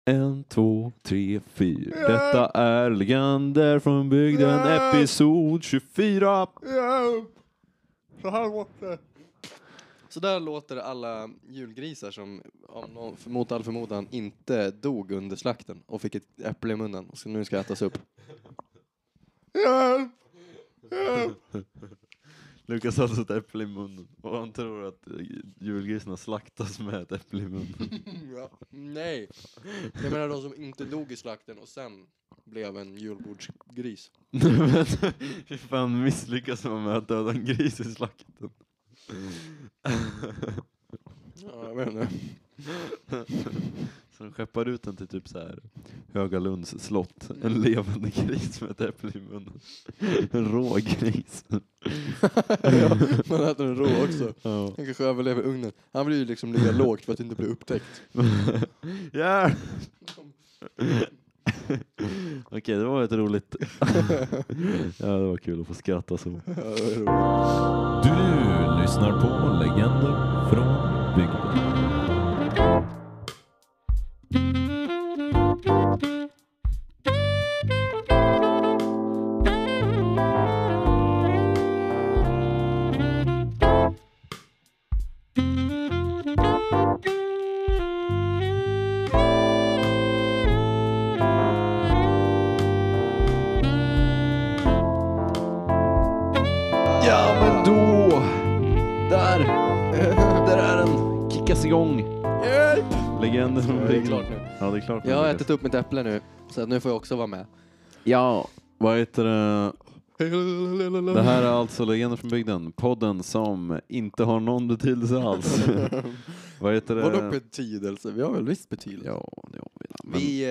1, 2, 3, 4. Detta är Legender från bygden, episod 24. Så här låter. Så där låter alla julgrisar som mot all förmodan inte dog under slakten och fick ett äpple i munnen och nu ska ätas upp. Lukas har alltså ett äpple i munnen och han tror att julgrisarna slaktas med ett äpple i munnen. Ja. Nej, jag menar de som inte dog i slakten och sen blev en julbordsgris. Hur fan misslyckas man med att döda en gris i slakten? Ja, jag vet inte. Så de skeppar ut den till typ så här Högalunds slott. En levande gris med ett äpple i munnen. En rå gris. Ja, man äter en rå också. Ja. Han kanske överlever ugnen. Han blir ju liksom ligga lågt för att inte bli upptäckt. Ja. Okej, det var ett roligt. Ja, det var kul att få skratta så. Du lyssnar på Legender från bygden. Ja, men då. Där är den. Kickas igång. Hjälp! Legender från Det är bygden. klart nu. Ja, det är klart. Jag har ätit upp mitt äpple nu, så att nu får jag också vara med. Ja, vad heter det? Det här är alltså Legender från bygden. Podden som inte har någon betydelse alls. Vad heter det? Vadå betydelse? Vi har väl visst betydelse. Ja, det har vi.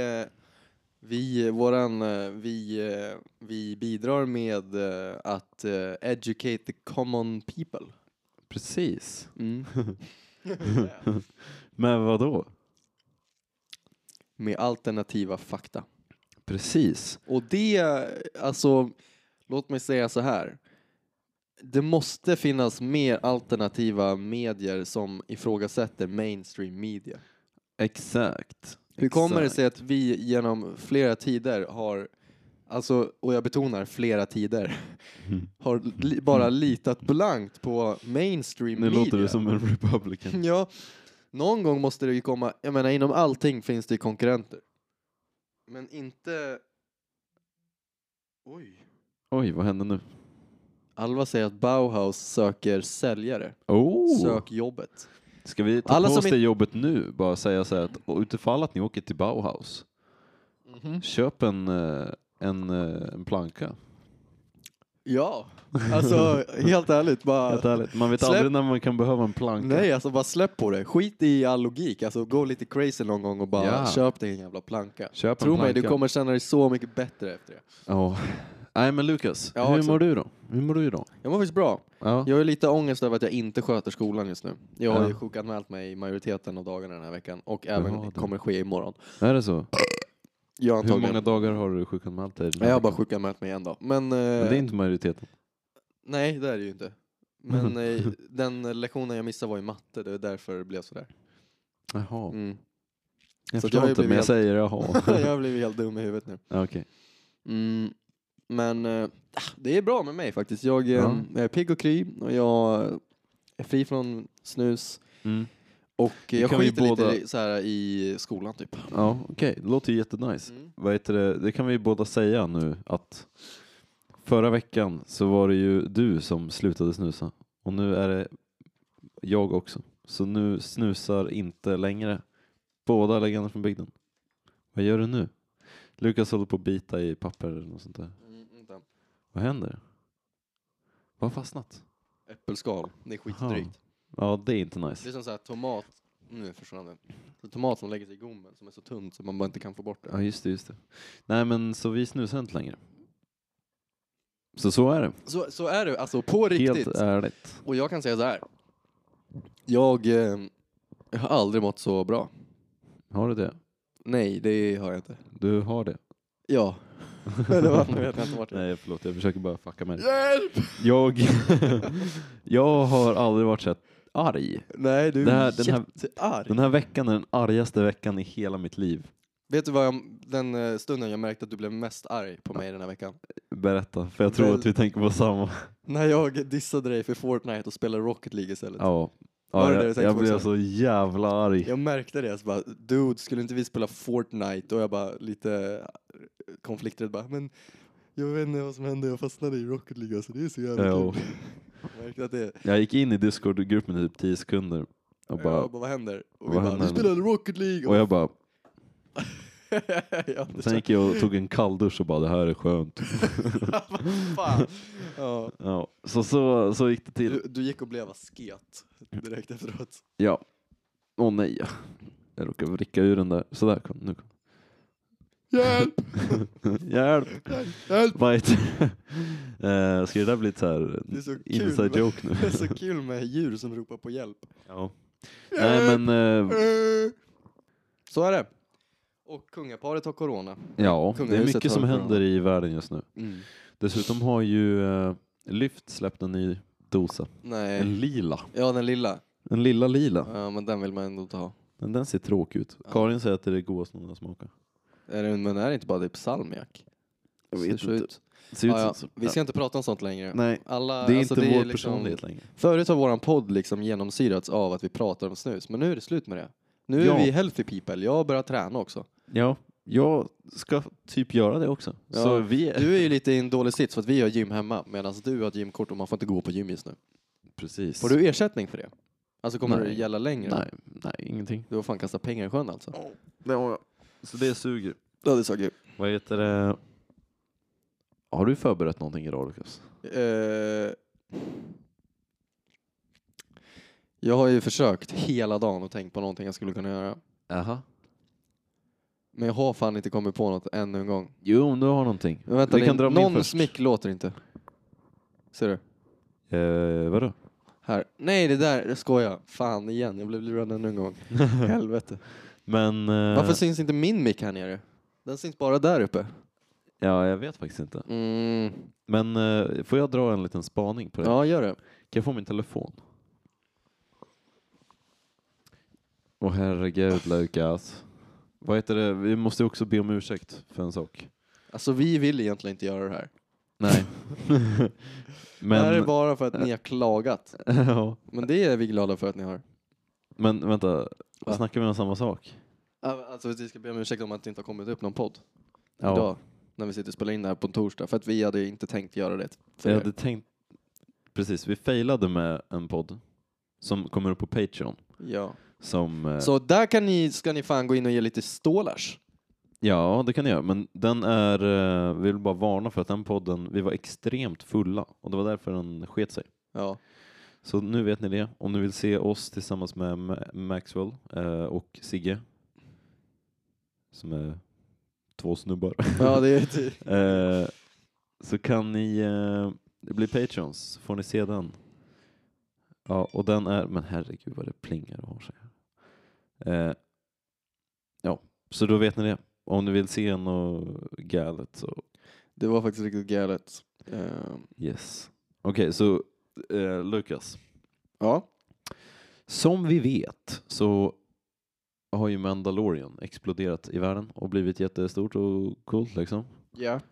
Men Vi bidrar med att educate the common people. precis. Mm. Men vad då? Med alternativa fakta. Precis. Och det, alltså, låt mig säga så här. Det måste finnas mer alternativa medier som ifrågasätter mainstream media. Exakt. Hur kommer det Exakt. sig att vi genom flera tider har, alltså, och jag betonar flera tider, har bara litat blankt på mainstream Nu media? låter du som en republican. Ja, någon gång måste det ju komma, jag menar inom allting finns det ju konkurrenter. Men inte... Oj, vad hände nu? Alva säger att Bauhaus söker säljare. Oh. Sök jobbet. Ska vi ta Alla på som oss det in- jobbet nu? Bara säga så här att utifall att ni åker till Bauhaus, köp en planka. Ja, alltså helt ärligt, bara... Helt ärligt. Man vet Släpp- aldrig när man kan behöva en planka. Nej, alltså bara släpp på det. Skit i all logik. Alltså gå lite crazy någon gång och bara Ja. köp dig en jävla planka. Köp en Tro mig, planka. du kommer känna dig så mycket bättre efter det. Ja. Nej, men Lukas, Ja, hur alltså- mår du då? Hur mår du idag? Jag mår faktiskt bra. Ja. Jag har lite ångest över att jag inte sköter skolan just nu. Jag har Ja. ju sjukanmält mig i majoriteten av dagarna den här veckan. Och Jaha, även det. kommer ske imorgon. Är det så? Jag Hur antagligen... många dagar har du sjukanmält dig? Jag har bara sjukanmält mig en dag. Men Men det är inte majoriteten. nej, det är det ju inte. Men den lektionen jag missade var i matte. Det är därför det blev sådär. Jaha. Mm. Jag Så förstår jag har ju inte, men blivit jag säger jaha. Jag har blivit helt dum i huvudet nu. Ja, okej. Men det är bra med mig faktiskt. Jag Ja. är pigg och kry och jag är fri från snus. Mm. Och jag kan vi skiter båda- lite så här i skolan typ. Ja, okej. Det låter ju jättenice. Vad heter det? Det kan vi båda säga nu att förra veckan så var det ju du som slutade snusa. Och nu är det jag också. Så nu snusar inte längre båda Legender från bygden. Vad gör du nu? Lukas håller på att bita i papper eller något sånt där. Vänta. Vad händer? Vad har fastnat? Äppelskal. Det är skitdrygt. Ja, det är inte Det är nice. som så här tomat. Nu försvann den. Så tomat som lägger sig i gommen som är så tunt så man bara inte kan få bort det. Ja, just det. Nej, men så vi snusar inte längre. Så är det. Så är det, alltså på riktigt. Helt ärligt. Och jag kan säga så här. Jag har aldrig mått så bra. Har du det? Nej, det har jag inte. Du har det? Ja. Det var, nu vet jag inte vart jag... Nej, förlåt. Jag försöker bara fucka med dig. Hjälp! Jag har aldrig varit så arg. Nej, du Det här- är den här- jättearg. Den här veckan är den argaste veckan i hela mitt liv. Vet du vad den stunden jag märkte att du blev mest arg på mig den här veckan? Berätta, för jag tror att vi tänker på samma. När jag dissade dig för Fortnite och spelade Rocket League istället. Ja, Var det det du jag tänkte på blev också? så jävla arg. Jag märkte det, så bara, dude, skulle inte vi spela Fortnite? Och jag bara lite konflikträdd bara, men jag vet inte vad som hände, jag fastnade i Rocket League, alltså det är så jävla Ja. kul. Jag märkte att det, Jag gick in i Discord-gruppen i typ 10 sekunder. Och jag bara, bara, vad händer? Och vad vi bara, händer vi nu? spelade Rocket League! och jag bara, Ja, det sen gick jag och tog en kalldusch och bara, det här är skönt. fan. Ja. Ja, så gick det till. Du gick och blev asket direkt efteråt. Ja. Åh nej. Jag råkade vricka ur den där. Sådär, kom, nu kom. Hjälp! Hjälp! Hjälp! Vad heter det? Ska det där bli ett så här Det är så kul. inside joke nu? Det är så kul med djur som ropar på hjälp. Ja. Nej men, Så är det. Och kungaparet har corona. ja, det är Kungahuset mycket som har händer corona. i världen just nu. Dessutom har ju Lyft släppt en ny dosa. Nej. En lila. Ja, den lilla. En lila. Ja, men den vill man ändå inte ha. Men den ser tråkig ut. Ja. Karin säger att det är det godaste hon har smakat. Men är det inte bara typ salmiak? Jag Ser vet så inte. ut. Ser ut Ja, som vi ska inte prata om sånt längre. Nej, Alla, det är alltså, inte vår liksom- personlighet längre. Förut har våran podd liksom genomsyrats av att vi pratar om snus. Men nu är det slut med det. Nu Ja. är vi healthy people. Jag börjar träna också. Ja, jag ska typ göra det också. Ja, Så vi Du är ju lite i en dålig sits för att vi har gym hemma. Medan du har ett gymkort och man får inte gå på gym just nu. Precis. Får du ersättning för det? Alltså kommer Nej. det gälla längre? Nej, ingenting. Du har fan kastat pengar i sjön alltså. Det har jag. Så det suger. Ja, det såg jag. Vad heter det? Har du förberett någonting idag, Lukas? Jag har ju försökt hela dagen och tänkt på någonting jag skulle kunna göra. Jaha. Men jag har fan inte kommit på något ännu en gång. Jo, du har någonting. Men vänta, Vi kan dra min någon först. smick låter inte. Ser du? Vadå? Här. Nej, det där, det skojar. Fan igen, jag blev lurad ännu en gång. Helvete. Men... Varför syns inte min mick här nere? Den syns bara där uppe. Ja, jag vet faktiskt inte. Mm. Men får jag dra en liten spaning på det? Ja, gör det. Kan jag få min telefon? Åh herregud, Lukas. Vad heter det? Vi måste också be om ursäkt för en sak. Alltså vi vill egentligen inte göra det här. Nej. Det här är Men... bara för att ni har klagat. ja. Men det är vi glada för att ni har. Men vänta, Va? snackar vi om samma sak? Alltså vi ska be om ursäkt om att det inte har kommit upp någon podd. Ja. Idag. När vi sitter och spelar in det här på en torsdag. För att vi hade inte tänkt göra det. För Jag er. hade tänkt... Precis, vi failade med en podd som kommer upp på Patreon. Ja. Som... Så där ska ni fan gå in och ge lite stålars. Ja, det kan jag göra. Men den är... vi vill bara varna för att den podden... Vi var extremt fulla. Och det var därför den sket sig. Ja. Så nu vet ni det. Om ni vill se oss tillsammans med Maxwell och Sigge. Som är 2 snubbar. Ja, det är det. Så kan ni bli Patreons. Så får ni se den. Ja, och den är... Men herregud vad det plingar och har sig. Ja, så då vet ni det. Om ni vill se något galet så... Det var faktiskt riktigt galet. Yes. Okej, så Lukas. Ja. Som vi vet så har ju Mandalorian exploderat i världen och blivit jättestort och coolt liksom. Ja.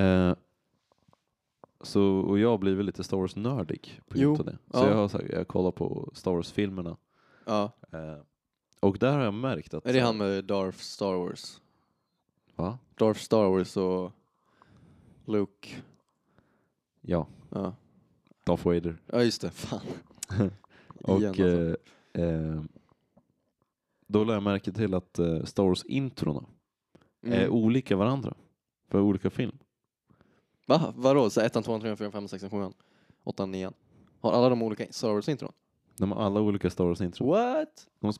Och jag blir väl lite Star Wars-nördig på grund av det. Så ja. jag kollar på Star Wars-filmerna. Ja. Och där har jag märkt att... Är det han med Darth Star Wars? Va? Darth Star Wars och Luke. Ja, Ja. Darth Vader. Ja, just det. Fan. Och Igen, alltså. då lär jag märka till att Star Wars-introna är Mm. olika varandra för olika film. Va? Vadå? Så 1, 2, 3, 4, 5, 6, 7, 8, 9. Har alla de olika Star Wars-intron? De har alla olika Star Wars-intron. What? De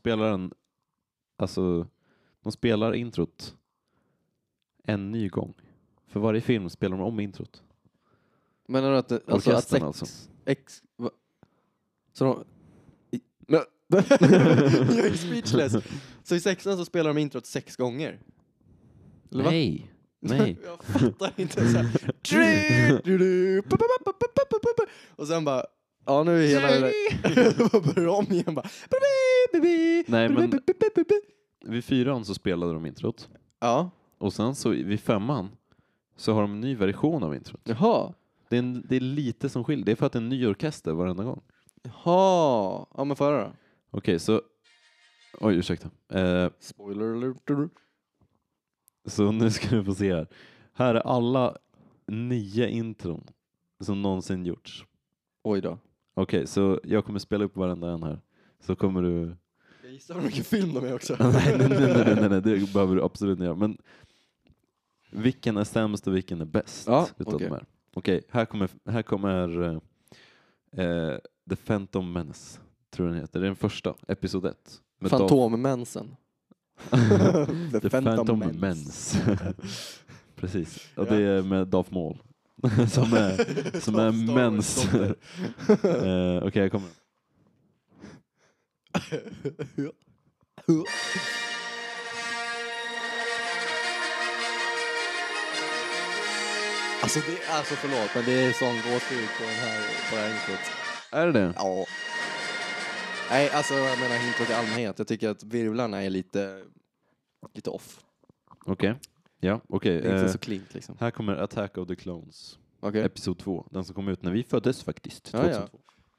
spelar introt en ny gång. För varje film spelar de om introt. Menar du att Orkestern alltså. Så de... Jag är speechless. Så i 6:an så spelar de introt 6 gånger? Eller va? Nej. Jag fattar inte så här. Och sen bara, ja nu är hela det där. Börjar om igen bara. Nej, men vid 4:an så spelade de introt. Ja. Och sen så vid 5:an så har de en ny version av introt. Jaha. Det är lite som skiljer. Det är för att det är en ny orkester varenda gång. Jaha. Ja, men förra då. Okej, så... Oj, ursäkta. Spoiler alert. Så nu ska du få se här. Här är alla 9 intron som någonsin gjorts. Oj då. Okej, så jag kommer spela upp varenda en här. Så kommer du... Jag gissar hur mycket film de är också. nej, det behöver du absolut inte göra. Men vilken är sämst och vilken är bäst? Ja, utav okej. de här? Okej, här kommer The Phantom Menace, tror jag den heter. Det är den första, episod 1. Fantommensen. The Phantom Menace. Precis. Och det är med Darth Maul. som är mens. Okej, jag kommer. Alltså det är alltså förlåt, men det är sån gåshud på det här introt. Är det? Ja. Nej, alltså jag menar introt i allmänhet. Jag tycker att virvlarna är lite off. Okej. Ja, okej. Det är inte så klint liksom. Här kommer Attack of the Clones. Okej. Episod 2. Den som kom ut när vi föddes faktiskt. Ja, 2002.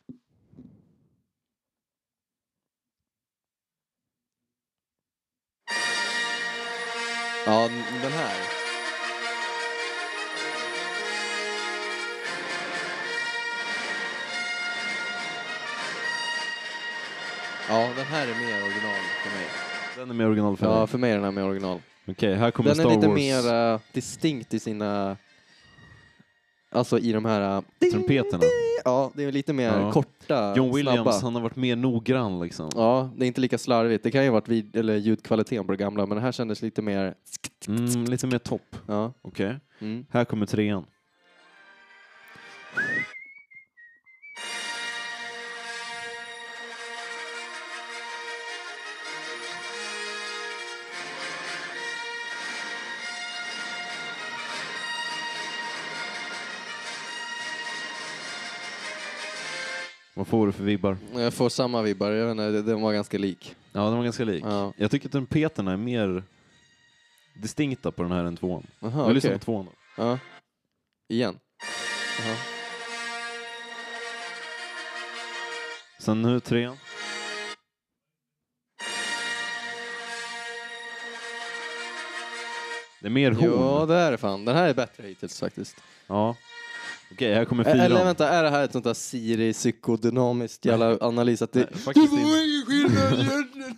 Ja, den här. Ja, den här är mer original för mig. Den är mer original för Ja, dig. för mig är den här mer original. Okej, här kommer Den Star är lite Wars. mer distinkt i sina... Alltså i de här... Trumpeterna. Ja, det är lite mer korta, John Williams, snabba. han har varit mer noggrann liksom. Ja, det är inte lika slarvigt. Det kan ju ha varit ljudkvaliteten på det gamla, men det här kändes lite mer... Lite mer topp. Ja. Okej. Mm. Här kommer 3:an. Vad får du för vibbar? Jag får samma vibbar. Jag vet inte, den var ganska lik. Ja, den var ganska lik. Ja. Jag tycker att trumpeterna är mer distinkta på den här än 2:an. Aha, Vi lyssnar okej. på 2:an då. Ja. Igen. Aha. Sen nu 3:an. Det är mer horn. Ja, det är det fan. Den här är bättre hittills faktiskt. Ja. Okej, här kommer 4:an. Eller vänta, är det här ett sånt där Siri psykodynamiskt jävla analys att det... Nej, faktiskt inte. ingen skillnad egentligen.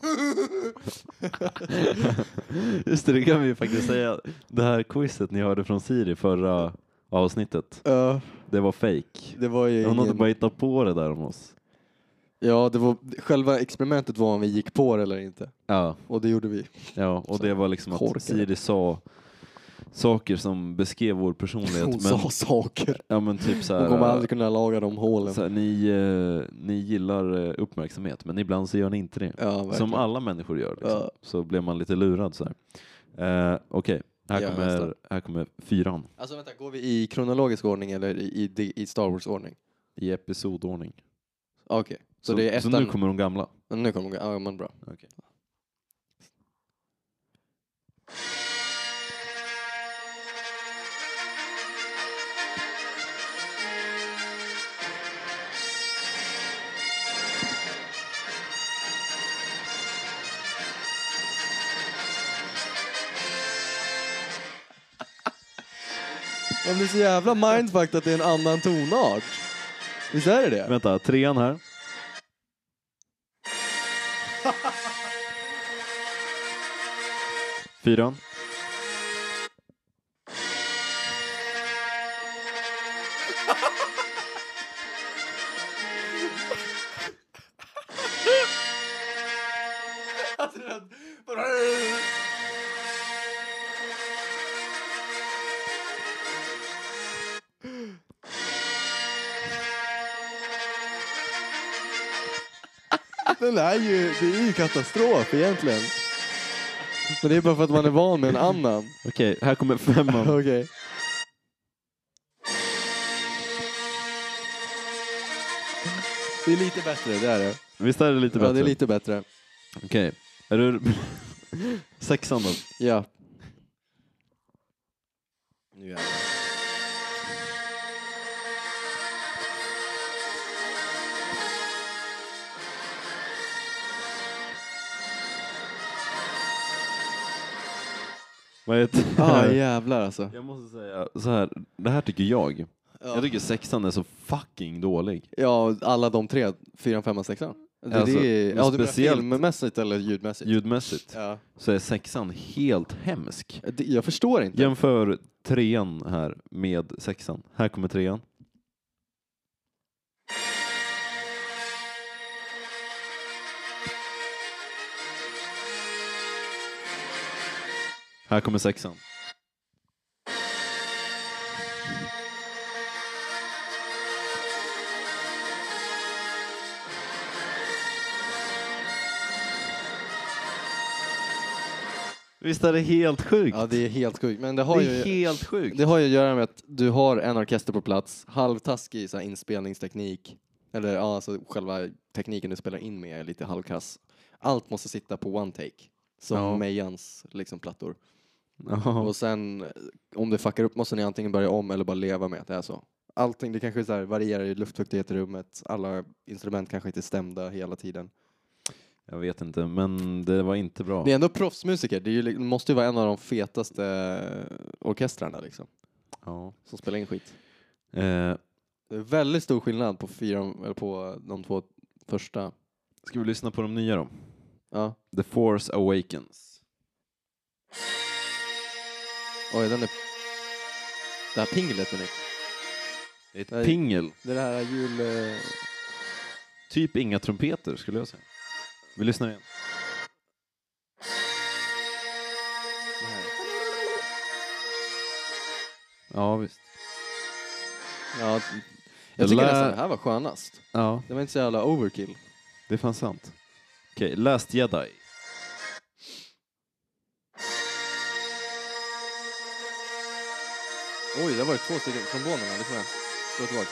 Just det kan vi ju faktiskt säga. Det här quizet ni hörde från Siri förra avsnittet, Ja, det var fake. det var ju Hon hade ingen... bara hittat på det där om oss. Ja, det var... Själva experimentet var om vi gick på det eller inte. Ja, Och det gjorde vi. ja, och det var liksom Korkade. att Siri sa saker som beskrev vår personlighet. Hon sa saker. Ja, men typ så Hon här, kommer aldrig kunna laga de hålen. så här, ni gillar uppmärksamhet, men ibland så gör ni inte det. Ja, verkligen. Som alla människor gör. Liksom. Ja. Så blev man lite lurad så här. Okej, Ja, här kommer 4:an. Alltså vänta, går vi i kronologisk ordning eller i Star Wars-ordning? I episodordning. Okej. Så det är ettan... så nu kommer de gamla. Nu kommer de... Ja, men bra. Okej. Man blir så jävla mindfucked att det är en annan tonart. Visst är det? Vänta, 3:an här. Fyran. Den är ju, det är ju katastrof egentligen. Men det är bara för att man är van med en annan. Okej, här kommer 5:an. Okej. Det är lite bättre, det är det. Visst är det lite bättre? Ja, det är lite bättre. Okej, är du... 6:an då? Ja. Nu jävlar. Vad heter Jävlar alltså. Jag måste säga så här, det här tycker jag. Ja. Jag tycker 6:an är så fucking dålig. Ja, alla de 3, 4, 5, 6. Det, Alltså, det, men ja, du menar speciellt- filmmässigt eller ljudmässigt? Ljudmässigt Ja. så är 6:an helt hemsk. Jag förstår inte. Jämför 3:an här med 6:an. Här kommer 3:an. Här kommer 6:an. Visst är det helt sjukt? Ja, det är helt sjukt. Men det har, det är ju, helt sjukt. det har ju att göra med att du har en orkester på plats, halvtaskig så här inspelningsteknik. Eller ja, alltså själva tekniken du spelar in med är lite halvkass. Allt måste sitta på one take. Som Ja. Mejans liksom plattor. Ja. Och sen om det fuckar upp måste ni antingen börja om eller bara leva med att det är så. Allting, det kanske så här varierar i luftfuktighet i rummet. Alla instrument kanske inte är stämda hela tiden. Jag vet inte, men det var inte bra. Det är ändå proffsmusiker. Det är ju, det måste ju vara en av de fetaste orkestrarna liksom. Ja. Som spelar in skit. Eh, Det är väldigt stor skillnad på på de 2 första. ska vi lyssna på de nya då? Ja. The Force Awakens. Oj, den är... Det här pinglet är nytt. Det är ett Nej. pingel. Det här jul... Typ inga trumpeter skulle jag säga. Vi lyssnar igen. Det här. Ja, visst. Ja, jag Det tycker lär- nästan det här var skönast. Ja, Det var inte så jävla overkill. det är fan sant. Okej, Last Jedi. Oj, det var det 2 stycken trombonerna. Det får jag. Gå tillbaka.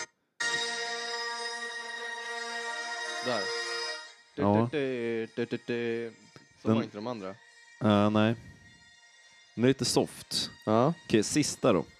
Där. Ja. Så var Den- inte de andra. Nej. Det är lite soft. Ja. Okej, sista då.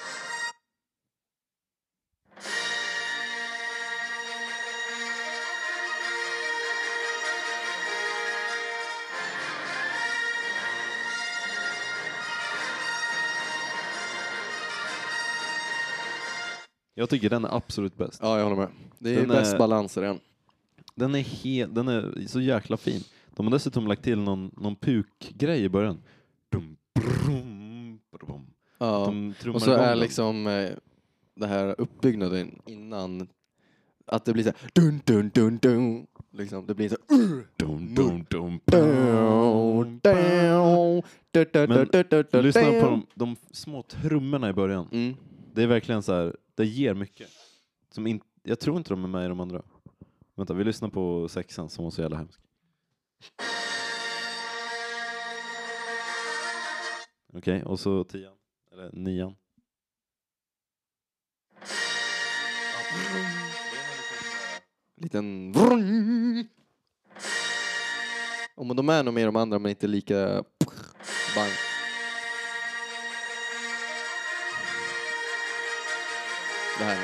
Jag tycker den är absolut bäst. Ja, jag håller med. Det är Den bäst är- balans i den. Den är så jäkla fin. De har dessutom lagt till någon puk-grej i början. Dum, brum, brum. Ja. De trummar Och så igång är den. liksom det här uppbyggnaden innan att det blir så här dun dun dun dun liksom det blir så Dum, dum, dum, down, down, Lyssna på de små trummorna i början. Mm. Det är verkligen så här, det ger mycket. Jag tror inte de är med i de andra. Vänta, vi lyssnar på 6:an som var så jävla hemsk. Okej, och så 10:an. Eller 9:an. Liten vrrrn. Men de är nog med i de andra men inte lika bang. Det här nu.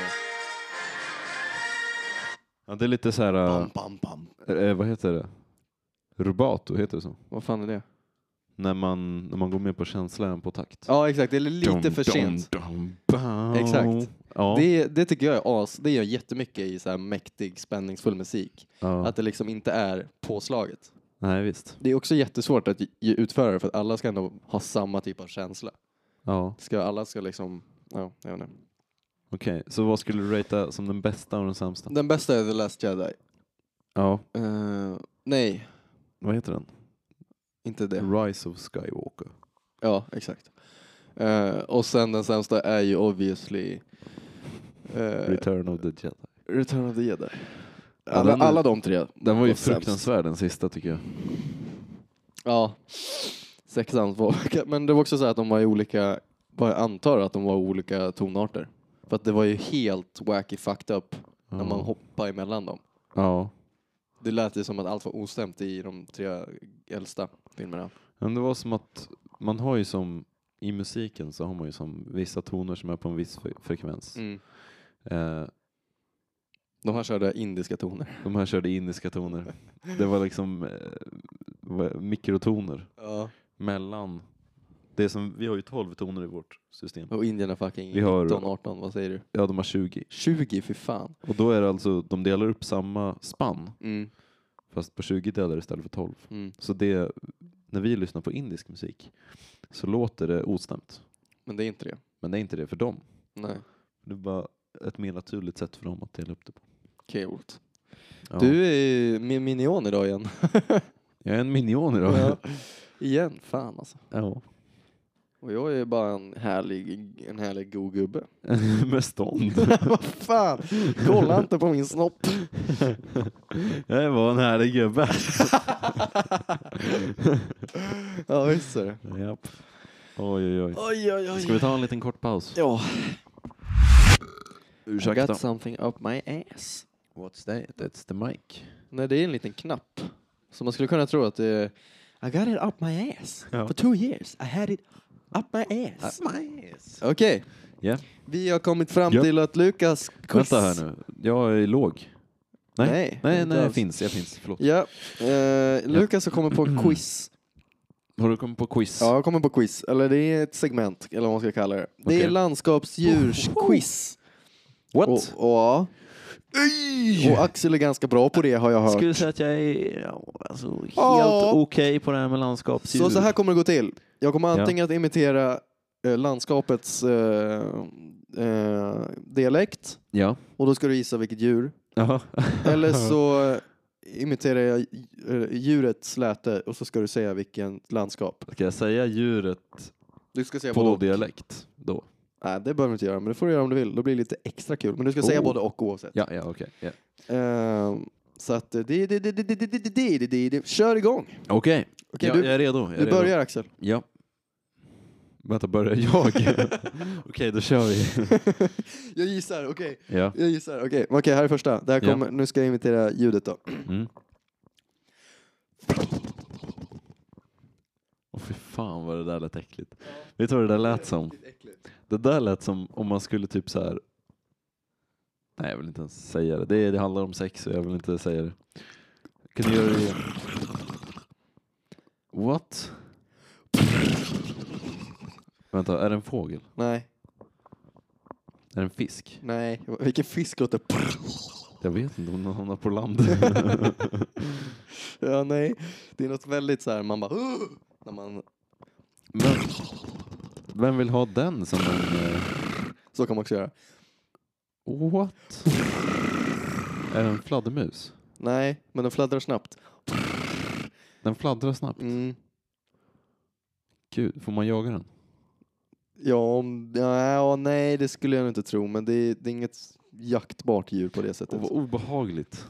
Ja, det är lite så här... Bam, bam, bam. Vad heter det? Rubato, heter det så? Vad fan är det? När man går med på känslan på takt. Ja, exakt. Det är lite för sent. Exakt. Ja. Det tycker jag är det gör jättemycket i så här mäktig, spänningsfull musik. Ja. Att det liksom inte är påslaget. Nej, visst. Det är också jättesvårt att utföra det för att alla ska ändå ha samma typ av känsla. Ja. Alla ska liksom, ja, jag vet inte. Okej, så vad skulle du ratea som den bästa och den sämsta? Den bästa är The Last Jedi. Ja. Nej, Vad heter den? inte det. Rise of Skywalker. Ja, exakt. Och sen den sämsta är ju obviously Return of the Jedi. Return of the Jedi. Ja, den är- Alla de 3. Den var ju sämst. fruktansvärd den sista tycker jag. Ja. 6:an var, men det var också så att de var i olika, jag antar att de var olika tonarter. För att det var ju helt wacky fucked up när man hoppade emellan dem. Ja. Det lät ju som att allt var ostämt i de 3 äldsta filmerna. Men det var som att man har ju som i musiken så har man ju som vissa toner som är på en viss frekvens. De här körde indiska toner. De här körde indiska toner. Det var liksom mikrotoner mellan det som vi har ju 12 toner i vårt system. Och indierna fucking vi har 19, 18, vad säger du? Ja, de har 20. 20 för fan. Och då är det alltså, de delar upp samma spann. Mm. Fast på 20 delar istället för 12. Mm. Så det, när vi lyssnar på indisk musik så låter det ostämt. Men det är inte det. Men det är inte det för dem. Nej. Det är bara ett mer naturligt sätt för dem att dela upp det på. Coolt. Ja. Du är min minion idag igen. Jag är en minion idag. Ja. Igen, fan alltså. Ja. Och jag är bara en härlig god gubbe. Med stånd. Vad fan? Kolla inte på min snopp. Jag var en härlig gubbe. Ja, visst är det. Japp. Oj, oj, oj. Oj, oj, oj. Ska vi ta en liten kort paus? Ja. Ursäkta. I got something up my ass. What's that? That's the mic. Nej, det är en liten knapp. Så man skulle kunna tro att det är I got it up my ass. Ja. For 2 years. I had it up my ass. Up my ass. Okej. Yeah. Vi har kommit fram Ja. till att Lukas quiz. Vänta här nu. Jag är låg. Nej, Nej, inte jag alls. finns. Förlåt. Ja. Lukas har kommit på en quiz. Har du kommit på quiz? Ja, jag kommer på quiz. Eller det är ett segment, eller vad man ska kalla det. Det Okej. är landskapsdjursquiz. What? Och Axel är ganska bra på det, har jag hört. Skulle säga att jag är alltså, helt Ja. okej på det här med landskapsdjur. Så här kommer det gå till. Jag kommer antingen att imitera landskapets dialekt. Ja. Och då ska du gissa vilket djur. Jaha. Eller så imiterar jag djurets läte och så ska du säga vilken landskap. Ska jag säga djuret Du ska säga på både och. dialekt då? Nej, det behöver du inte göra, men det får du göra om du vill. Då blir det lite extra kul. Men du ska säga både och oavsett. Ja, okej. Ja. Så att kör igång. Okej, Okej, jag är redo. Du börjar, Axel. Ja. Vänta, börjar jag? Okej, då kör vi. Jag gissar, okej. Ja. Jag gissar, okej. Okej, här är första. Det här kommer, nu ska jag imitera ljudet då. Fy fan vad det där lät äckligt. Vet du vad det där lät som? Det där lät som om man skulle typ så här. Nej, jag vill inte ens säga det. Det handlar om sex och jag vill inte säga det. Kan du göra det igen? What? Vänta, är det en fågel? Nej, Är det en fisk? nej. Vilken fisk låter? Jag vet inte om någon hamnar på land. Ja, nej. Det är något väldigt så här, man bara när man... Men vem vill ha den som en... Så kan man också göra. What? Är det en fladdermus? Nej, men den fladdrar snabbt. Den fladdrar snabbt. Gud, får man jaga den? Ja, nej, det skulle jag inte tro. Men det är inget jaktbart djur på det sättet. Vad obehagligt.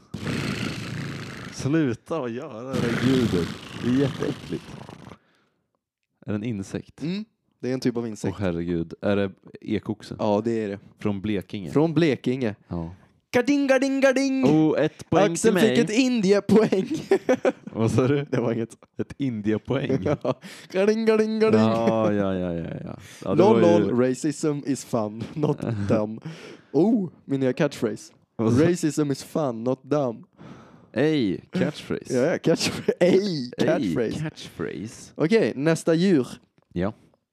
Sluta att göra det där ljudet. Det är jätteäckligt. Är det en insekt? Det är en typ av insekt. Herregud. Är det ekoxe? Ja, det är det. Från Blekinge? Från Blekinge. Ja. Garding, garding, garding! 1 poäng Axel till mig. fick ett Indiepoäng. Vad sa du? Det var inget. Ett Indiepoäng. Ja. Garding, garding, garding. Ja. Ja, det Lol, var ju- lol, racism is fun, not dumb. Min nya catchphrase. Vad sa- Racism is fun, not dumb. Ey, catchphrase. Ja, catchphrase. Ey, catchphrase. Ey, catchphrase. Okej, nästa djur. Ja.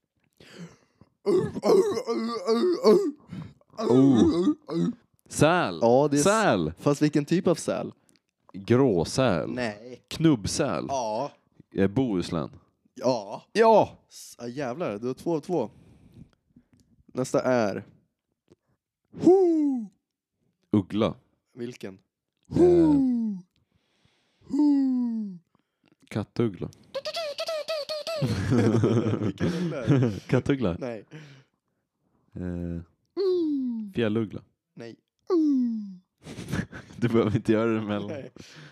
Säl. Ja, det är Säl. Fast vilken typ av säl? Gråsäl. Nej. Knubbsäl. Ja. Bohuslän. Ja. Ja. Jävlar, du har 2 av 2. Nästa är... Uggla. Vilken? Kattuggla. Vilken är det? Kattuggla. Nej. Fjälluggla. Nej. Du behöver inte göra det emellan. Nej.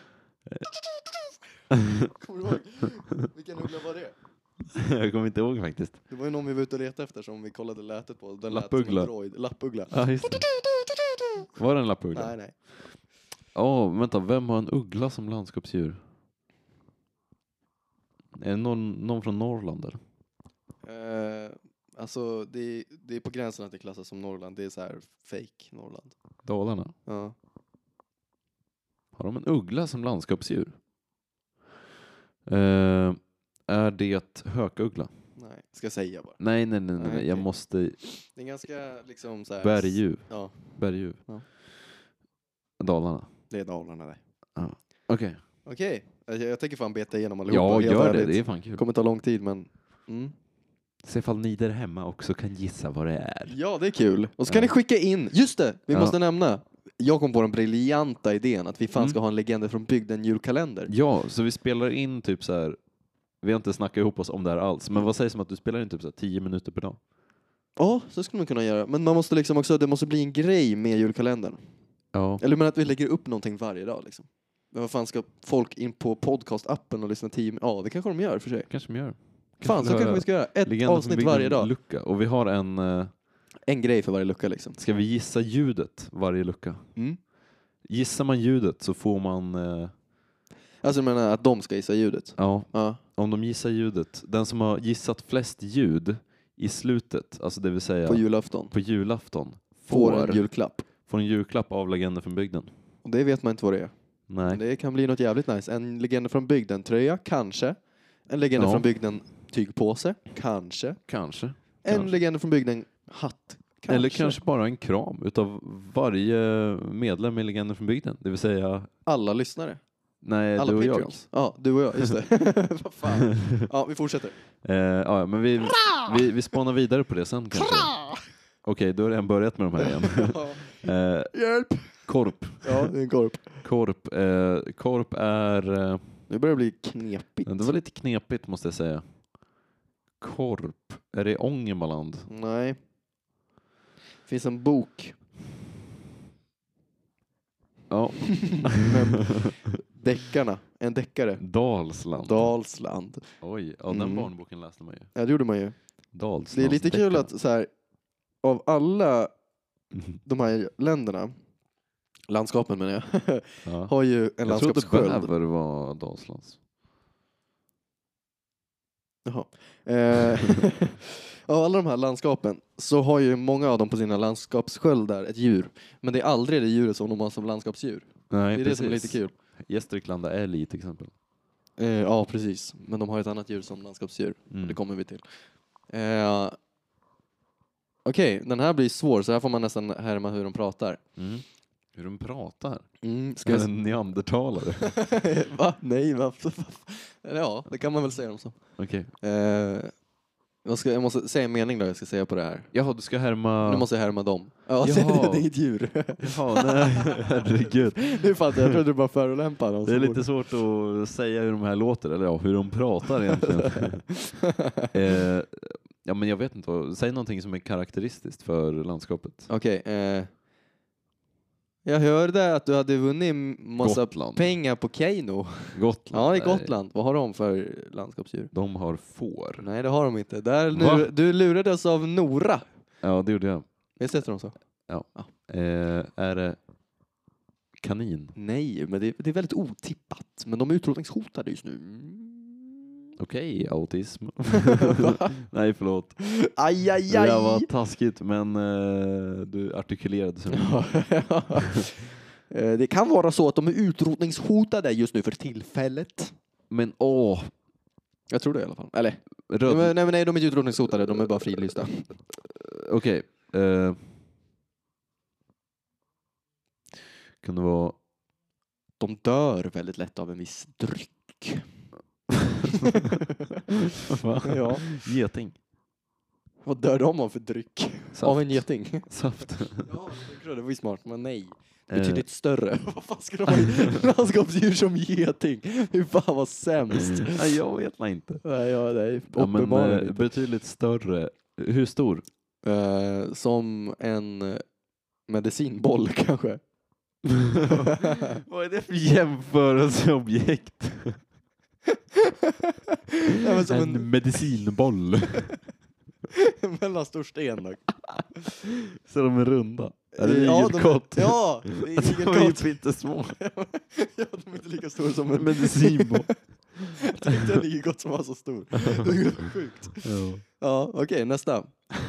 Kommer du ihåg? Vilken uggla var det? Jag kommer inte ihåg faktiskt. Det var ju någon vi var ute och letade efter som vi kollade lätet på. Den Lappuggla. lät som en droid. Lappuggla. Ja, just det. Var det en lappuggla? Nej. Vänta. Vem har en uggla som landskapsdjur? Är det någon från Norrland där? Alltså det är på gränsen att det klassas som Norrland. Det är så här fake Norrland. Dalarna. Ja. Har de en uggla som landskapsdjur? Är det hökuggla? Nej, ska jag säga bara. Nej. okej. Jag måste... Det är ganska liksom så här... Berguv. Ja, Berguv. Ja. Dalarna. det är Dalarna där. Okej. Okej, jag tänker fan beta igenom allihopa. Ja, helt gör det. ärligt. Det är fan kul. Det kommer ta lång tid, men... Se ifall ni där hemma också kan gissa vad det är. Ja, det är kul. Och så kan ni skicka in... Just det, vi måste nämna. Jag kom på den briljanta idén att vi fan ska ha en Legender från bygden julkalender. Ja, så vi spelar in typ så här. Vi har inte snackat ihop oss om det här alls. Men vad sägs om att du spelar in typ så här 10 minuter per dag? Ja, så skulle man kunna göra. Men man måste liksom också... Det måste bli en grej med julkalendern. Ja. Eller men att vi lägger upp någonting varje dag liksom. Men vad fan ska folk in på podcast-appen och lyssna 10 minuter? Ja, det kanske de gör för sig. Kanske de gör. Fan, så kanske vi ska göra. Ett Legender avsnitt från varje bygden dag. Lucka. Och vi har en... En grej för varje lucka liksom. Ska vi gissa ljudet varje lucka? Mm. Gissar man ljudet så får man... Alltså jag menar att de ska gissa ljudet. Ja. Om de gissar ljudet. Den som har gissat flest ljud i slutet, alltså det vill säga På julafton. Får en julklapp av Legender från bygden. Och det vet man inte vad det är. Nej. Men det kan bli något jävligt nice. En Legender från bygden tröja, kanske. En Legender från bygden tygpåse, kanske. En Legender från bygden hatt, kanske. Eller kanske bara en kram utav varje medlem i Legender från bygden. Det vill säga... Alla lyssnare. Nej, alla du och Patreons. Ja, du och jag, just det. Vad fan. Ja, vi fortsätter. Ja, men vi spånar vidare på det sen kanske. Okej, då har jag redan börjat med de här igen. Hjälp! Korp. Ja, det är en korp. Korp är... Det börjar bli knepigt. Det var lite knepigt måste jag säga. Korp. Är det Ångermanland? Nej. Det finns en bok. Ja. Men deckarna. En deckare. Dalsland. Oj, ja, den barnboken läste man ju. Ja, det gjorde man ju. Dalsland. Det är lite kul att så här, av alla de här länderna, landskapen menar jag, har ju en landskapssköld. Jag trodde bäver var Dalslands. Jaha. Av alla de här landskapen så har ju många av dem på sina landskapssköldar ett djur. Men det är aldrig det djuret som de har som landskapsdjur. Nej, det är det som är lite kul. Gästrikland är älg till exempel. Ja, precis. Men de har ett annat djur som landskapsdjur. Och det kommer vi till. Okej, den här blir svår. Så här får man nästan härma hur de pratar. Hur de pratar? Ska jag... En neandertalare? Va? Nej, va? Ja, det kan man väl säga dem så. Okej. Jag måste säga en mening då jag ska säga på det här. Jaha, du ska härma... Nu måste jag härma dem. Ja, det är inget djur. Jaha, nej, herregud. Nu fattar jag trodde du bara förolämpar dem. Det är lite svårt att säga hur de här låter, eller ja, hur de pratar egentligen. Ja, men jag vet inte. Säg någonting som är karaktäristiskt för landskapet. Okej. Jag hörde att du hade vunnit massa pengar på Keino. Gotland? Ja, det är Gotland. Vad har de för landskapsdjur? De har får. Nej, det har de inte. Du lurades av Nora. Ja, det gjorde jag. Visst heter de så? Ja. Är det kanin? Nej, men det är väldigt otippat. Men de är utrotningshotade just nu. Okej, autism. Nej, förlåt. Aj. Det var taskigt, men du artikulerade så. Det kan vara så att de är utrotningshotade just nu för tillfället. Men jag tror det i alla fall. Eller? Nej, de är inte utrotningshotade. De är bara frilysta. Okej. Kan det vara... De dör väldigt lätt av en viss dryck. Ja. Geting. Vad dör de av för dryck? Saft. Av en geting? Saft. Ja, det var ju smart, men nej. Betydligt större. Vad fan ska de ha landskapsdjur som geting? Hur fan var sämst? Nej, jag vet inte. Nej. Men betydligt större. Hur stor? Som en medicinboll kanske. Vad är det för jämförelseobjekt? Nej, som en medicinboll. Mellan sten då. Så de är runda. Är det igelkott? Ja, det är igelkott. De är ju pyttesmå. Ja, de är inte lika stora som en medicinboll. tänkte en igelkott som var så stor. Det är sjukt. Ja, okej, nästa.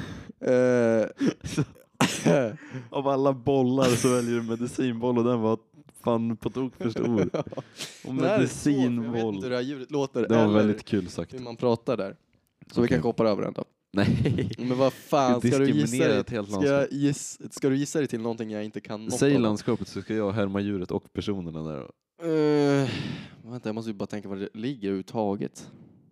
Av alla bollar så väljer du medicinboll och den var fan på tok för stor. Och medicinboll. Jag vet inte hur det här djuret låter. Det var väldigt kul sagt. Hur man pratar där. Så vi kan hoppa över den då. Nej. Men vad fan, ska du gissa dig till någonting jag inte kan? Säg landskapet så ska jag härma djuret och personerna där då. Vänta, jag måste ju bara tänka var det ligger överhuvudtaget.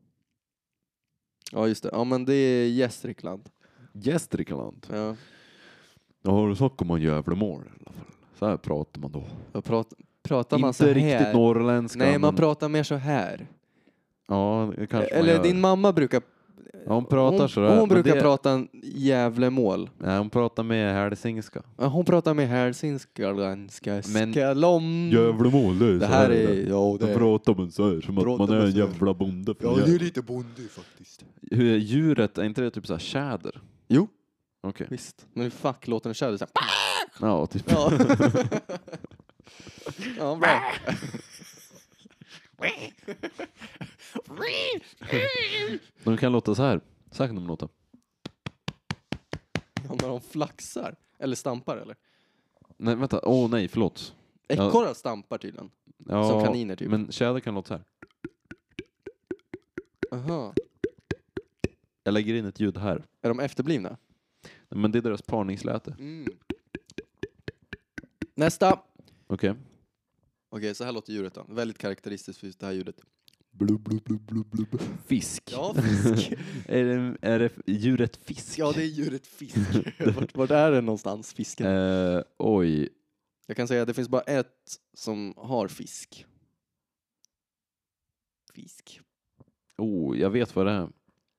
Ja, just det. Ja, men det är Gästrikland. Gästrikland? Ja. Ja, har du sagt om man Gävlemål i alla fall? Så här pratar man då. Pratar man inte så här? Inte riktigt norrländska. Nej, man pratar mer så här. Ja, kanske. Eller din mamma brukar... Ja, hon pratar så där. Hon brukar prata en Gävlemål. Nej, hon pratar med hälsingska. Ja, hon pratar med hälsingska. Men Gävlemål, det här är... Ja, det pratar man så här, som att man är en jävla bonde. Ja, det är lite bonde faktiskt. Hur är djuret? Är inte det typ så här tjäder? Jo. Okej. Visst. Men hur fuck låter en tjäder så här? Ja, typ. Ja, ja bra. De kan låta så här. Så här kan de låta. Ja, när de flaxar. Eller stampar, eller? Nej, vänta. Nej, förlåt. Ekorrar stampar tydligen. Ja, som kaniner typ. Men tjäder kan låta så här. Aha. Jag lägger in ett ljud här. Är de efterblivna? Nej, men det är deras parningsläte. Nästa. Okej. Okej, så här låter djuret då. Väldigt karaktäristiskt för just det här ljudet. Fisk. Ja, fisk. är det djuret fisk? Ja, det är djuret fisk. Vart är det någonstans, fisken? Oj. Jag kan säga att det finns bara ett som har fisk. Fisk. Jag vet vad det är.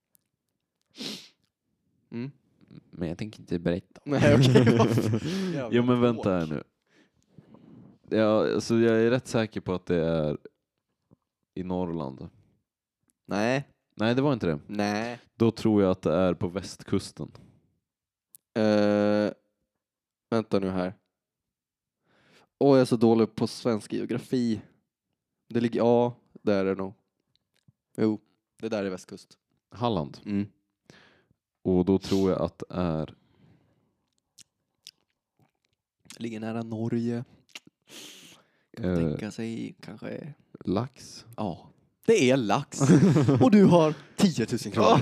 Men jag tänker inte berätta. Nej, okej. Jo, men vänta här nu. Ja, alltså jag är rätt säker på att det är i Norrland. Nej, det var inte det. Nej. Då tror jag att det är på västkusten. Vänta nu här. Jag är så dålig på svensk geografi. Det ligger... Ja, där är det nog. Jo, det där är västkust. Halland. Mm. Och då tror jag att det är... Ligger nära Norge. Tänka sig kanske... Lax. Ja, det är lax. Och du har 10 000 kronor.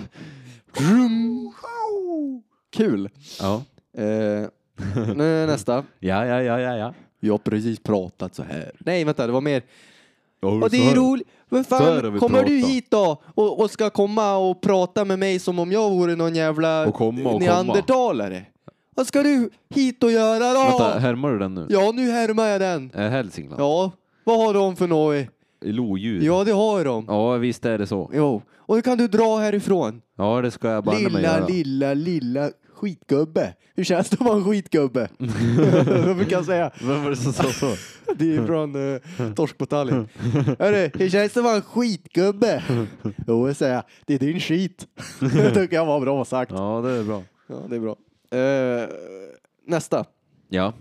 Kul. Ja. Nu är nästa. Ja. Jag har precis pratat så här. Nej, vänta, det var mer... Och Och det är roligt. Men fan, kommer du prata. hit då och ska komma och prata med mig som om jag vore någon jävla neandertalare? Vad ska du hit och göra då? Vänta, härmar du den nu? Ja, nu härmar jag den. Hälsingland? Ja, vad har de för något? Lodjur? Ja, det har de. Ja, visst är det så. Jo, och nu kan du dra härifrån. Ja, det ska jag banne mig göra. Lilla skitgubbe. Hur känns det att vara en skitgubbe? Vad brukar jag säga? Vem var det som sa så? Det är från Torsk på Tallinn. Hörru, hur känns det att vara en skitgubbe? Jo, jag säger, det är din skit. Det tycker jag var bra sagt. Ja, det är bra. Ja, det är bra. Nästa. Ja.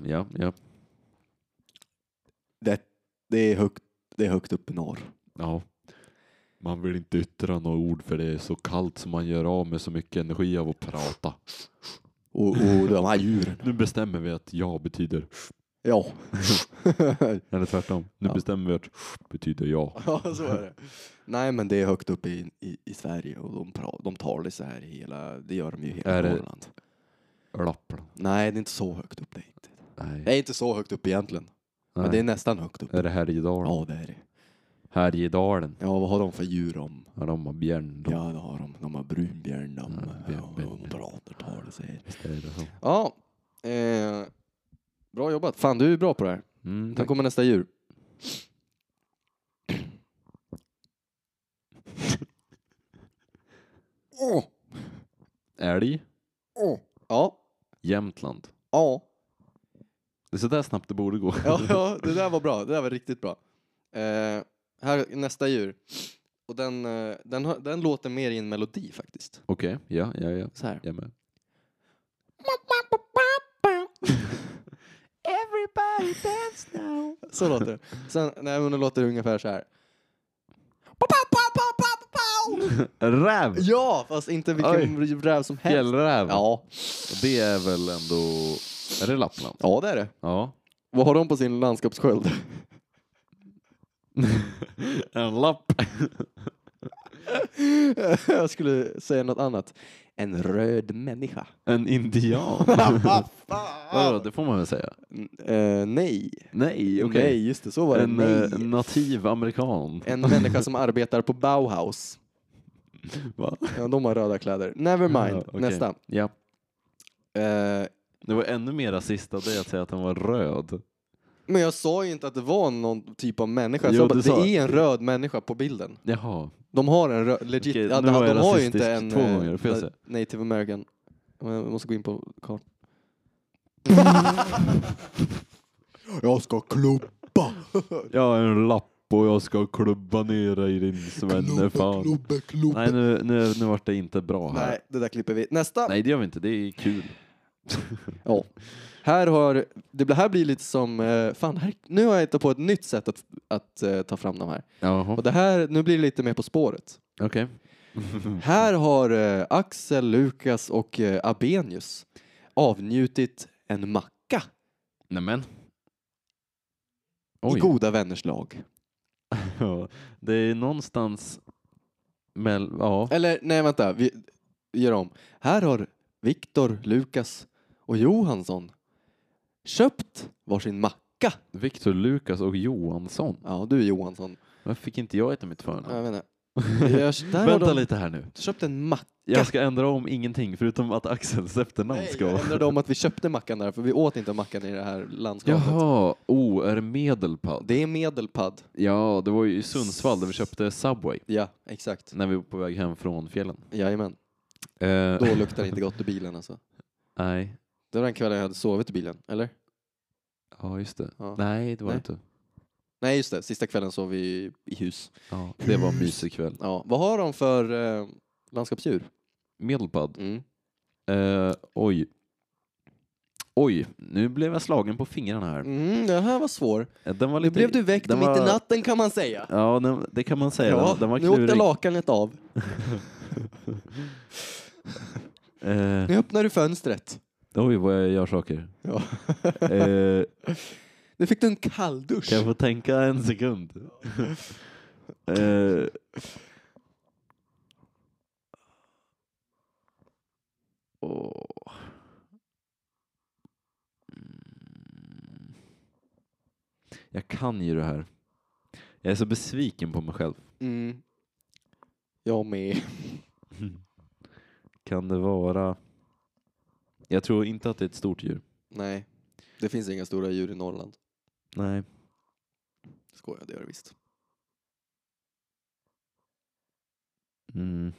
Det är högt upp i norr. Ja. Man vill inte yttra några ord för det är så kallt som man gör av med så mycket energi av att prata. Och de här djuren. Nu bestämmer vi att ja betyder ja. eller tvärtom. Nu bestämmer vi att betyder ja. Ja, så är det. Nej, men det är högt upp i Sverige och de talar det så här det gör de ju hela Norrland. Lappland? Nej, det är inte så högt upp det är inte. Nej. Det är inte så högt upp egentligen. Nej. Men det är nästan högt upp. Är det Härjedalen? Ja, det är det. Härjedalen? Ja, vad har de för djur om? Ja, de har björn. Ja, det har de. De har brunbjörn. De pratar, tar det sig. Ja. Bra jobbat. Fan, du är bra på det här. Sen kommer nästa djur. Älg? Ja. Jämtland? Ja. Det är så där snabbt det borde gå. Ja, det där var bra. Det där var riktigt bra. Här nästa djur. Och den låter mer i en melodi faktiskt. Okej, ja. Så här. Jag med. Everybody dance now. Så låter det. Sen, nej, men det låter ungefär så här. Räv! Ja, fast inte vilken räv som helst. Fjällräv. Ja. Och det är väl ändå... Är det Lappland? Ja, det är det. Ja. Vad har de på sin landskapssköld? En lapp. Jag skulle säga något annat. En röd människa. En indian. Vadå, det får man väl säga? Nej. Nej, okej. Nej, just det. Så var det. En nativ amerikan. En människa som arbetar på Bauhaus. Va? Ja, de har röda kläder. Never mind. Ja, okej. Nästa. Ja. Eh, Det var ännu mer rasist av dig att säga att den var röd. men jag sa ju inte att det var någon typ av människa. Jag Jo, sa bara du att sa- det är en röd människa på bilden. Jaha. De har en röd, legit. Okej, Ja, nu var jag de har ju rasistisk inte en 2 gånger, får jag säga. native american. Jag måste gå in på kartan. Jag ska klubba. Jag är en lapp och jag ska klubba ner dig din svennefan. Nej, nu vart det inte bra här. Nej, det där klipper vi. Nästa. Nej, det gör vi inte. Det är kul. Ja. Här blir lite som, nu har jag hittat på ett nytt sätt att ta fram de här. Jaha. Och det här, nu blir det lite mer på spåret. Okej. Här har Axel, Lukas och Abenius avnjutit en macka Nämen. i Oj. goda vänners lag. Ja, det är någonstans... Ja. Eller, nej vänta, vi gör om. Här har Viktor, Lukas och Johansson köpt varsin macka. Viktor, Lukas och Johansson. Ja, du är Johansson. Varför fick inte jag äta mitt förnamn? Jag vet inte. Där har Vänta de lite här nu. köpt en macka. Jag ska ändra om ingenting förutom att Axels efternamn Nej, ska jag vara... ändrade om att vi köpte mackan där, för vi åt inte mackan i det här landskapet. Jaha, är det Medelpad? Det är Medelpad. Ja, det var ju i Sundsvall där vi köpte Subway. Ja, exakt. När vi var på väg hem från fjällen. Jajamän. Eh, Då luktar det inte gott i bilen alltså. Nej. Det var den kvällen jag hade sovit i bilen, eller? Ja, just det. Ja. Nej, det var Nej. det inte. Nej, just det. Sista kvällen sov vi i hus. Ja, det var en mysig kväll. Ja. Vad har de för landskapsdjur? Medelpad. Mm. Oj. Oj, nu blev jag slagen på fingrarna här. Det här var svår. Den var Nu lite... blev du väckt den mitt i var- natten kan man säga. Ja, det kan man säga. Ja, Den var nu åkte klurig. lakanet av. Nu öppnar du fönstret. Oj, vad jag gör saker. Ja. Eh, Nu fick du en kalldusch. kan jag få tänka en sekund? Eh, åh. Jag kan ju det här. Jag är så besviken på mig själv. Mm. Jag med. Kan det vara... Jag tror inte att det är ett stort djur. Nej, det finns inga stora djur i Norrland. Nej. Skojar, det gör det visst. Mm.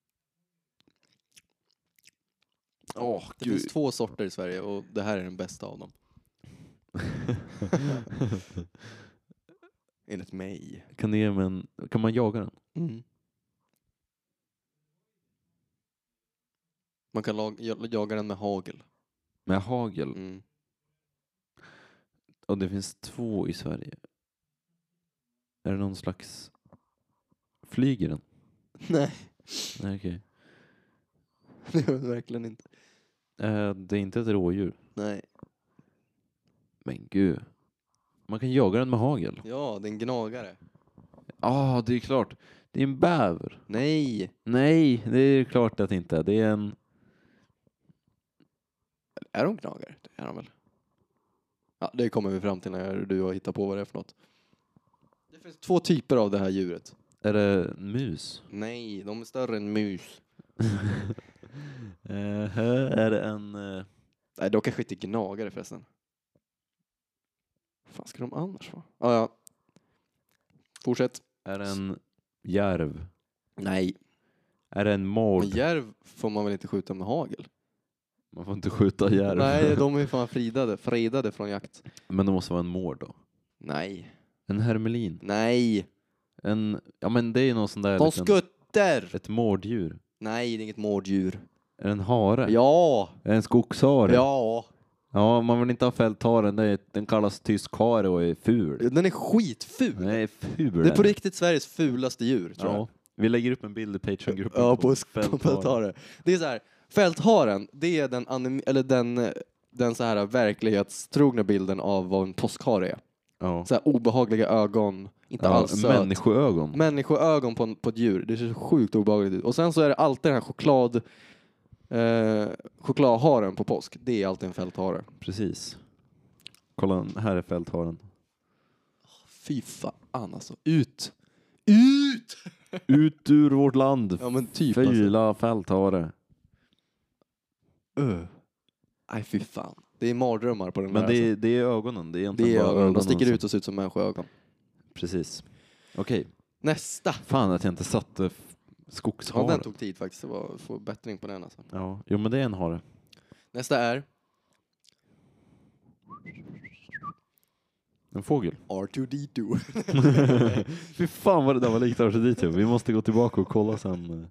Det finns 2 sorter i Sverige och det här är den bästa av dem. Enligt mig. Kan, det ge mig kan man jaga den? Mm. Man kan jaga den med hagel. Med hagel? Mm. Och det finns 2 i Sverige. Är det någon slags... Flyger den? Nej, Nej, okej. det gör det verkligen inte. Det är inte ett rådjur. Nej. Men gud. Man kan jaga den med hagel. Ja, det är en gnagare. Det är klart. Det är en bäver. Nej. Nej, det är klart att det inte är. Det är en... Är de gnagare? Det är de väl. Ja, det kommer vi fram till när du har hittat på vad det är för något. Det finns 2 typer av det här djuret. Är det en mus? Nej, de är större än mus. Är det en... Nej, de kanske inte är gnagare förresten. Vad fan ska de annars vara? Ja. Fortsätt. Är det en järv? Nej. Är det en mård? Men järv får man väl inte skjuta med hagel? Man får inte skjuta järv. Nej, de är fan fridade från jakt. Men det måste vara en mård då. Nej. En hermelin. Nej. Ja men det är ju någon sån där... De skutter! Ett mårddjur. Nej, det är inget mårddjur. Är det en hare? Ja. Är det en skogshare? Ja. Ja, man vill inte ha fältharen. Den kallas tysk hare och är ful. Den är skitful. Den är ful. Det är på riktigt Sveriges fulaste djur, tror jag. Ja. Vi lägger upp en bild i Patreon-gruppen Ja, på fälthare. fälthare. Det är så här, fältharen, det är den så här verklighetstrogna bilden av vad en påskhare är. Ja. Så här obehagliga ögon, inte alls söt. Människoögon. Människoögon på ett djur. Det ser så sjukt obehagligt ut. Och sen så är det alltid den här chokladharen på påsk. Det är alltid en fälthare. Precis. Kolla, här är fältharen. Fy fan alltså. Ut! Ut! Ut ur vårt land. Ja men typ Fyla fälthare. Nej fy fan. Det är mardrömmar på den Men där. det är ögonen. Det är egentligen det är bara ögonen. De sticker som- ut och ser ut som människoögon. Precis. Okej. Nästa. Fan att jag inte satte Ja, skogsharen. den tog tid faktiskt att få bättring på den alltså. Ja, jo men det är en hare. Nästa är En fågel. R2D2. Fy fan vad det där var likt R2D2. Vi måste gå tillbaka och kolla sen.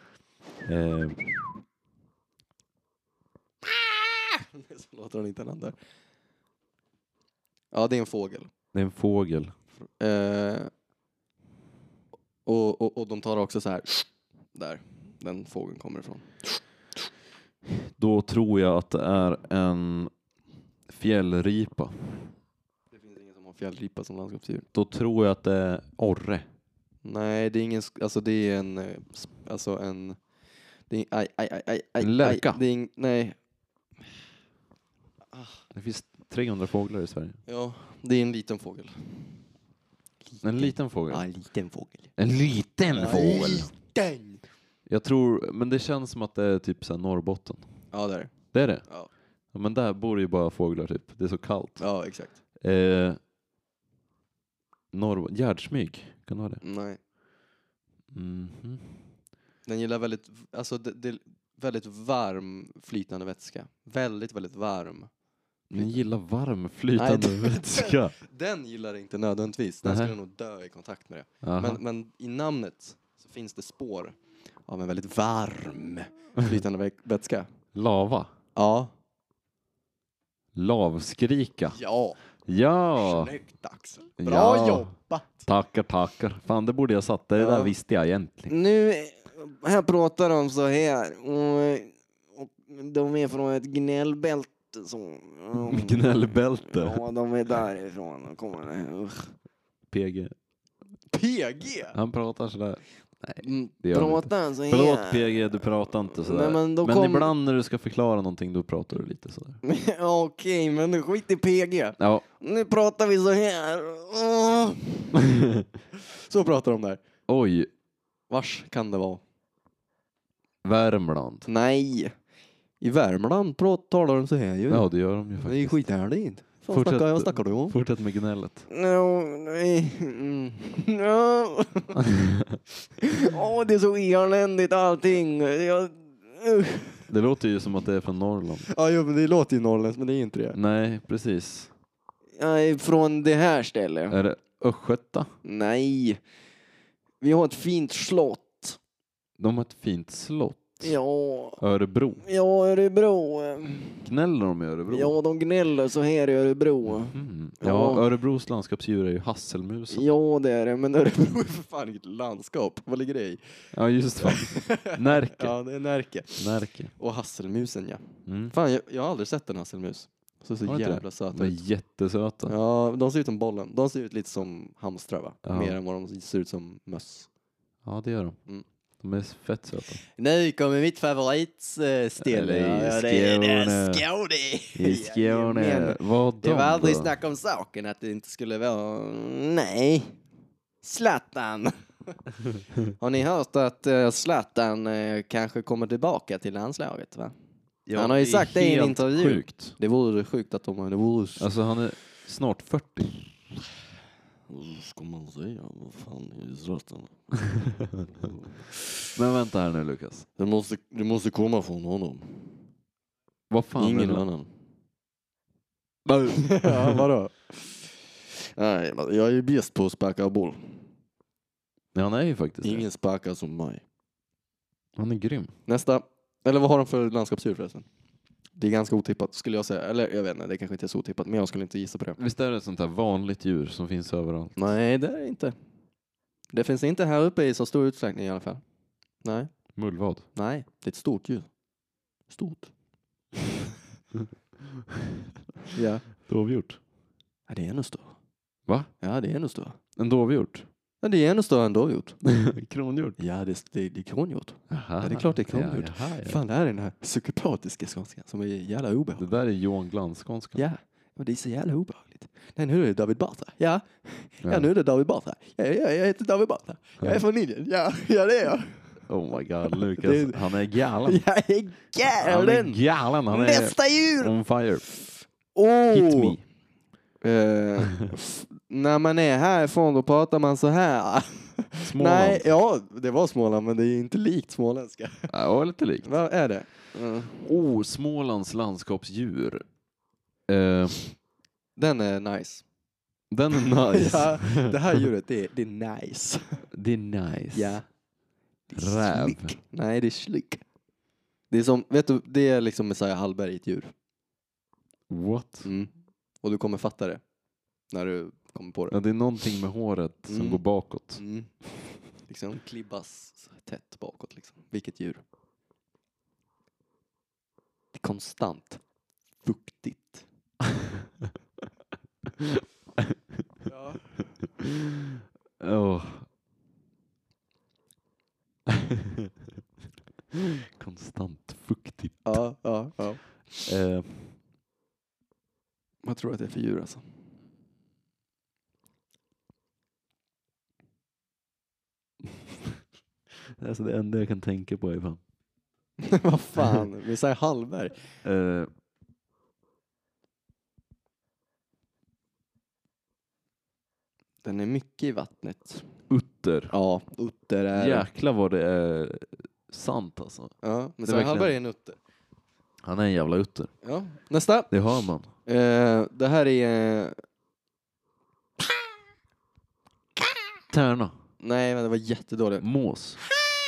Så låter den inte den där. Ja, det är en fågel. Det är en fågel. Och de tar också så här där den fågeln kommer ifrån. Då tror jag att det är en fjällripa. Det finns ingen som har fjällripa som landskapsdjur. Då tror jag att det är orre. Nej, det är ingen, alltså det är en, alltså en, det är, aj. En lärka? Det är nej. Det finns 300 fåglar i Sverige. Ja, det är en liten fågel. En liten fågel. Ja, en liten fågel. En liten fågel. Liten! Jag tror, men det känns som att det är typ så här Norrbotten. Ja, det är det. Det är det? Ja. Ja, men där bor ju bara fåglar typ. Det är så kallt. Ja, exakt. Gärdsmyg, kan det vara det? Nej. Mhm. Den gillar väldigt, alltså det väldigt varm flytande vätska. Väldigt, väldigt varm. Den gillar varm flytande Nej, vätska. Den gillar inte nödvändigtvis. Den Nähä. skulle nog dö i kontakt med det. Jaha. Men i namnet så finns det spår av en väldigt varm flytande vätska. Lava. Ja. Lavskrika. Ja. Ja. Snyggt Axel. Bra Ja. jobbat. Tackar. Fan, det borde jag satt. Det där visste jag egentligen. Nu, här pratar de så här. Och de är från ett gnällbälte. Så. Gnällbälte. Ja, de är därifrån. PG. PG? Han pratar sådär. Nej, det gör Pratar så här. Förlåt PG, du pratar inte sådär. Men Men ibland när du ska förklara någonting, då pratar du lite sådär. Okej, men skit i PG. Ja. Nu pratar vi så här. Så pratar de där. Oj, Vars kan det vara? Värmland. Nej. I Värmland talar de så här ju. Ja, det gör de ju Det är faktiskt. skithärligt. Fortsätt. Vad snackar du om? Fortsätt med gnället. Nej. Det är så eländigt allting. Det låter ju som att det är från Norrland. Ja, men det låter ju norrländskt, men det är inte det. Nej, precis. Jag är från det här stället. Är det Östgöta? Nej. Vi har ett fint slott. De har ett fint slott. Ja. Örebro. Ja, Örebro. Gnäller de i Örebro? Ja, de gnäller så här i Örebro. Mm. Ja. Ja, Örebros landskapsdjur är ju hasselmusen. Ja, det är det. Men Örebro är för fan inget landskap. Vad ligger det i? Ja, just fan. Närke. Ja, det är Närke. Närke. Och hasselmusen, ja. Mm. Fan, jag har aldrig sett en hasselmus. Så Har inte jävla det? söta De är ut. jättesöta. Ja, de ser ut som bollen. De ser ut lite som hamstrar, va? Ja. Mer än vad de ser ut som möss. Ja, det gör de. Mm. De är fett söta. Nu kommer mitt favoritställe. I Skåne. I Skåne. Vad Det var aldrig då? snack om saken att det inte skulle vara... Nej. Zlatan. Har ni hört att Zlatan kanske kommer tillbaka till landslaget, va? Ja, Han har ju det är sagt det i en helt intervju. Sjukt. Det vore sjukt att de... Det vore... Alltså han är snart 40. Ska man säga? Vad fan är Zlatan? Men vänta här nu Lukas. Det måste komma från honom. Vad fan Ingen är det? annan. Ja, vadå? Nej, jag är ju bäst på att sparka boll. Ja, han är ju faktiskt det. Ingen sparkar som mig. Han är grym. Nästa. Eller vad har de för landskapsdjur förresten? Det är ganska otippat skulle jag säga. Eller jag vet inte, det kanske inte är så otippat. Men jag skulle inte gissa på det. Visst är det ett sånt här vanligt djur som finns överallt? Nej, det är det inte. Det finns inte här uppe i så stor utsträckning i alla fall. Nej. Mullvad. Nej, det är ett stort djur. Stort. Ja. Dovhjort. Ja, det är ännu större. Va? Ja, det är ännu större. En dovhjort? Ja, det är ännu större än dovhjort. Kronhjort? Ja, det är kronhjort. Aha. Ja, det är klart det är kronhjort. Ja. Fan, det här är den här psykopatiska skånskan som är jävla Det obehaglig. där är Johan Glans-skånska. Ja, men det är så jävla obehagligt. Nej, nu är det David Batra. Ja, Ja. nu är det David Batra. Jag heter David Batra. Jag är från Indien. Ja, det är jag. Oh my god, Lukas. Det- Han är galen. Jag är Han är galen. galen. Han är Nästa djur! on fire. Oh. Hit me. När man är härifrån då pratar man så här. Småland. Nej, ja, det var Småland, men det är inte likt småländska. Ja, lite likt. Vad är det? Smålands landskapsdjur. Den är nice. Den är nice. Ja, det här djuret, det är nice. Det är nice. Ja. Det är Räv. slick. Nej, det är slick. Det är som, vet du, det är liksom Messiah Hallberg i ett djur. What? Och du kommer fatta det. När du kommer på det. Ja, det är någonting med håret som går bakåt. Liksom klibbas så tätt bakåt liksom. Vilket djur? Det är konstant. Fuktigt. Ja. Oh. Konstant fuktigt. Ja. Eh, Vad tror du att det är för djur alltså? alltså det enda jag kan tänka på är fan. Vad fan? Vi säger Hallberg. Den är mycket i vattnet. Utter. Ja, utter är... Jäklar vad det är sant alltså. Ja, men verkligen- Hallberg är en utter. Han är en jävla utter. Ja, nästa. Det hör man. Det här är... Tärna. Nej, men det var jättedåligt. Mås.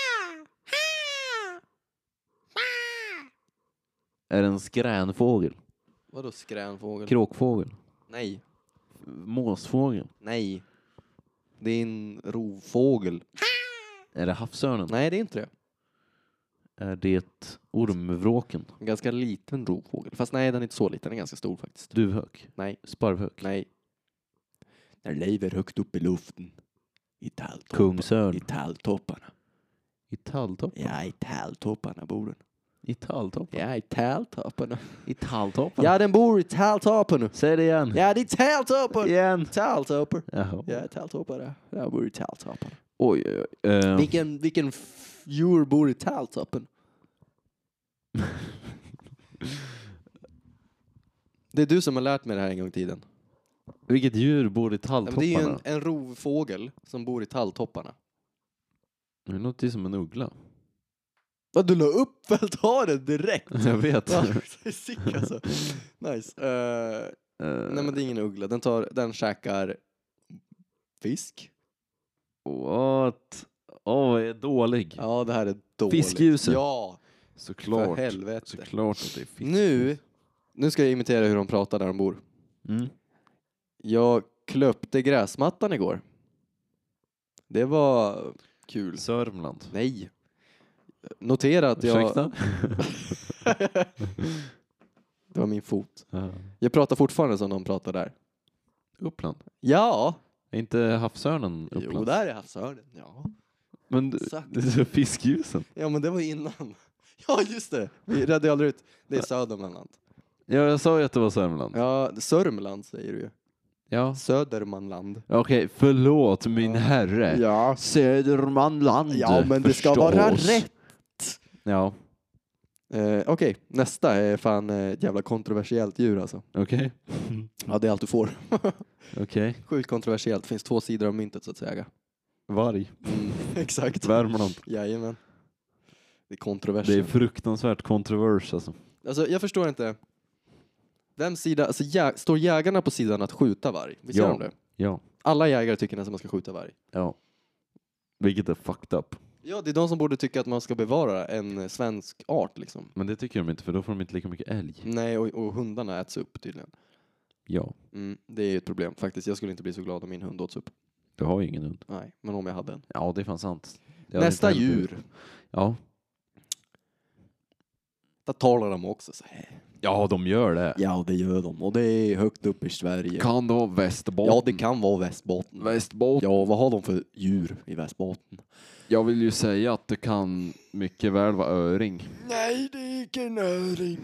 Är det en skränfågel? Vadå skränfågel? Kråkfågel? Nej. Måsfågel? Nej. Det är en rovfågel. Är det havsörnen? Nej, det är inte det. Är det ormvråken? En ganska liten rovfågel. Fast nej, den är inte så liten. Den är ganska stor faktiskt. Duvhök? Nej. Sparvhök? Nej. Den lever högt upp i luften. I talltopparna. Kungsörn? I talltopparna. I talltopparna? Ja, i talltopparna bor den. I talltopparna? Ja, i talltopparna. I talltopparna? Ja, den bor i talltopparna. Säg det igen. Ja, det är talltoppar. Igen. Talltoppar. Jaha. Ja, talltoppar. Jag bor i talltopparna. Oj, oj, oj. Vilken djur bor i talltoppen? Det är du som har lärt mig det här en gång i tiden. Vilket djur bor i Ja, men talltopparna? det är ju en rovfågel som bor i talltopparna. Det låter ju som en uggla. Vad du la upp väl ta det direkt? Jag vet. Ja, det är sick alltså. Nice. Nej, men det är ingen uggla. Den käkar fisk. What? Jag är dålig. Ja, det här är dåligt. Fiskljuse. Ja, Såklart. för helvete. Såklart att det är fisk. Nu ska jag imitera hur de pratar där de bor. Jag klöpte gräsmattan igår. Det var kul. Sörmland. Nej. Notera att jag... Ursäkta? Det var min fot. Ja. Jag pratar fortfarande som de pratar där. Uppland. Ja. Är inte havsörnen Uppland? Jo, där är havsörnen. Ja. Men Exakt. det är fiskljusen. Ja, men det var innan. Ja, just det. Vi räddade aldrig ut. Det är Södermanland. Ja, jag sa ju att det var Sörmland. Ja, Sörmland säger du ju. Ja. Södermanland. Okej, förlåt min herre. Ja. Södermanland. Ja, men det ska vara rätt. Ja, Okej, nästa är fan ett jävla kontroversiellt djur alltså. okej. Ja, det är allt du får. Okej. Sjukt kontroversiellt. Finns två sidor av myntet så att säga. Varg. Exakt. Värmland. Jajamän. Det är Det är kontroversiellt. fruktansvärt kontrovers alltså. Alltså, jag förstår inte. Vem sida, alltså står jägarna på sidan att skjuta varg? Visst Ja. gör de det? Ja. Alla jägare tycker nästan man ska skjuta varg. Ja. Vilket är fucked up. Ja, det är de som borde tycka att man ska bevara en svensk art liksom. Men det tycker de inte, för då får de inte lika mycket älg. Nej, och hundarna äts upp tydligen. Ja. Det är ett problem faktiskt. Jag skulle inte bli så glad om min hund åts upp. Du har ju ingen hund. Nej, men om jag hade en. Ja, det är fan sant. Jag hade Nästa inte heller- djur. Ja. Där talar de också så här. Ja, de gör det. Ja, det gör de. Och det är högt upp i Sverige. Kan det vara Västerbotten? Ja, det kan vara Västerbotten. Västerbotten. Ja, vad har de för djur i Västerbotten? Jag vill ju säga att det kan mycket väl vara öring. Nej, det är inte en öring.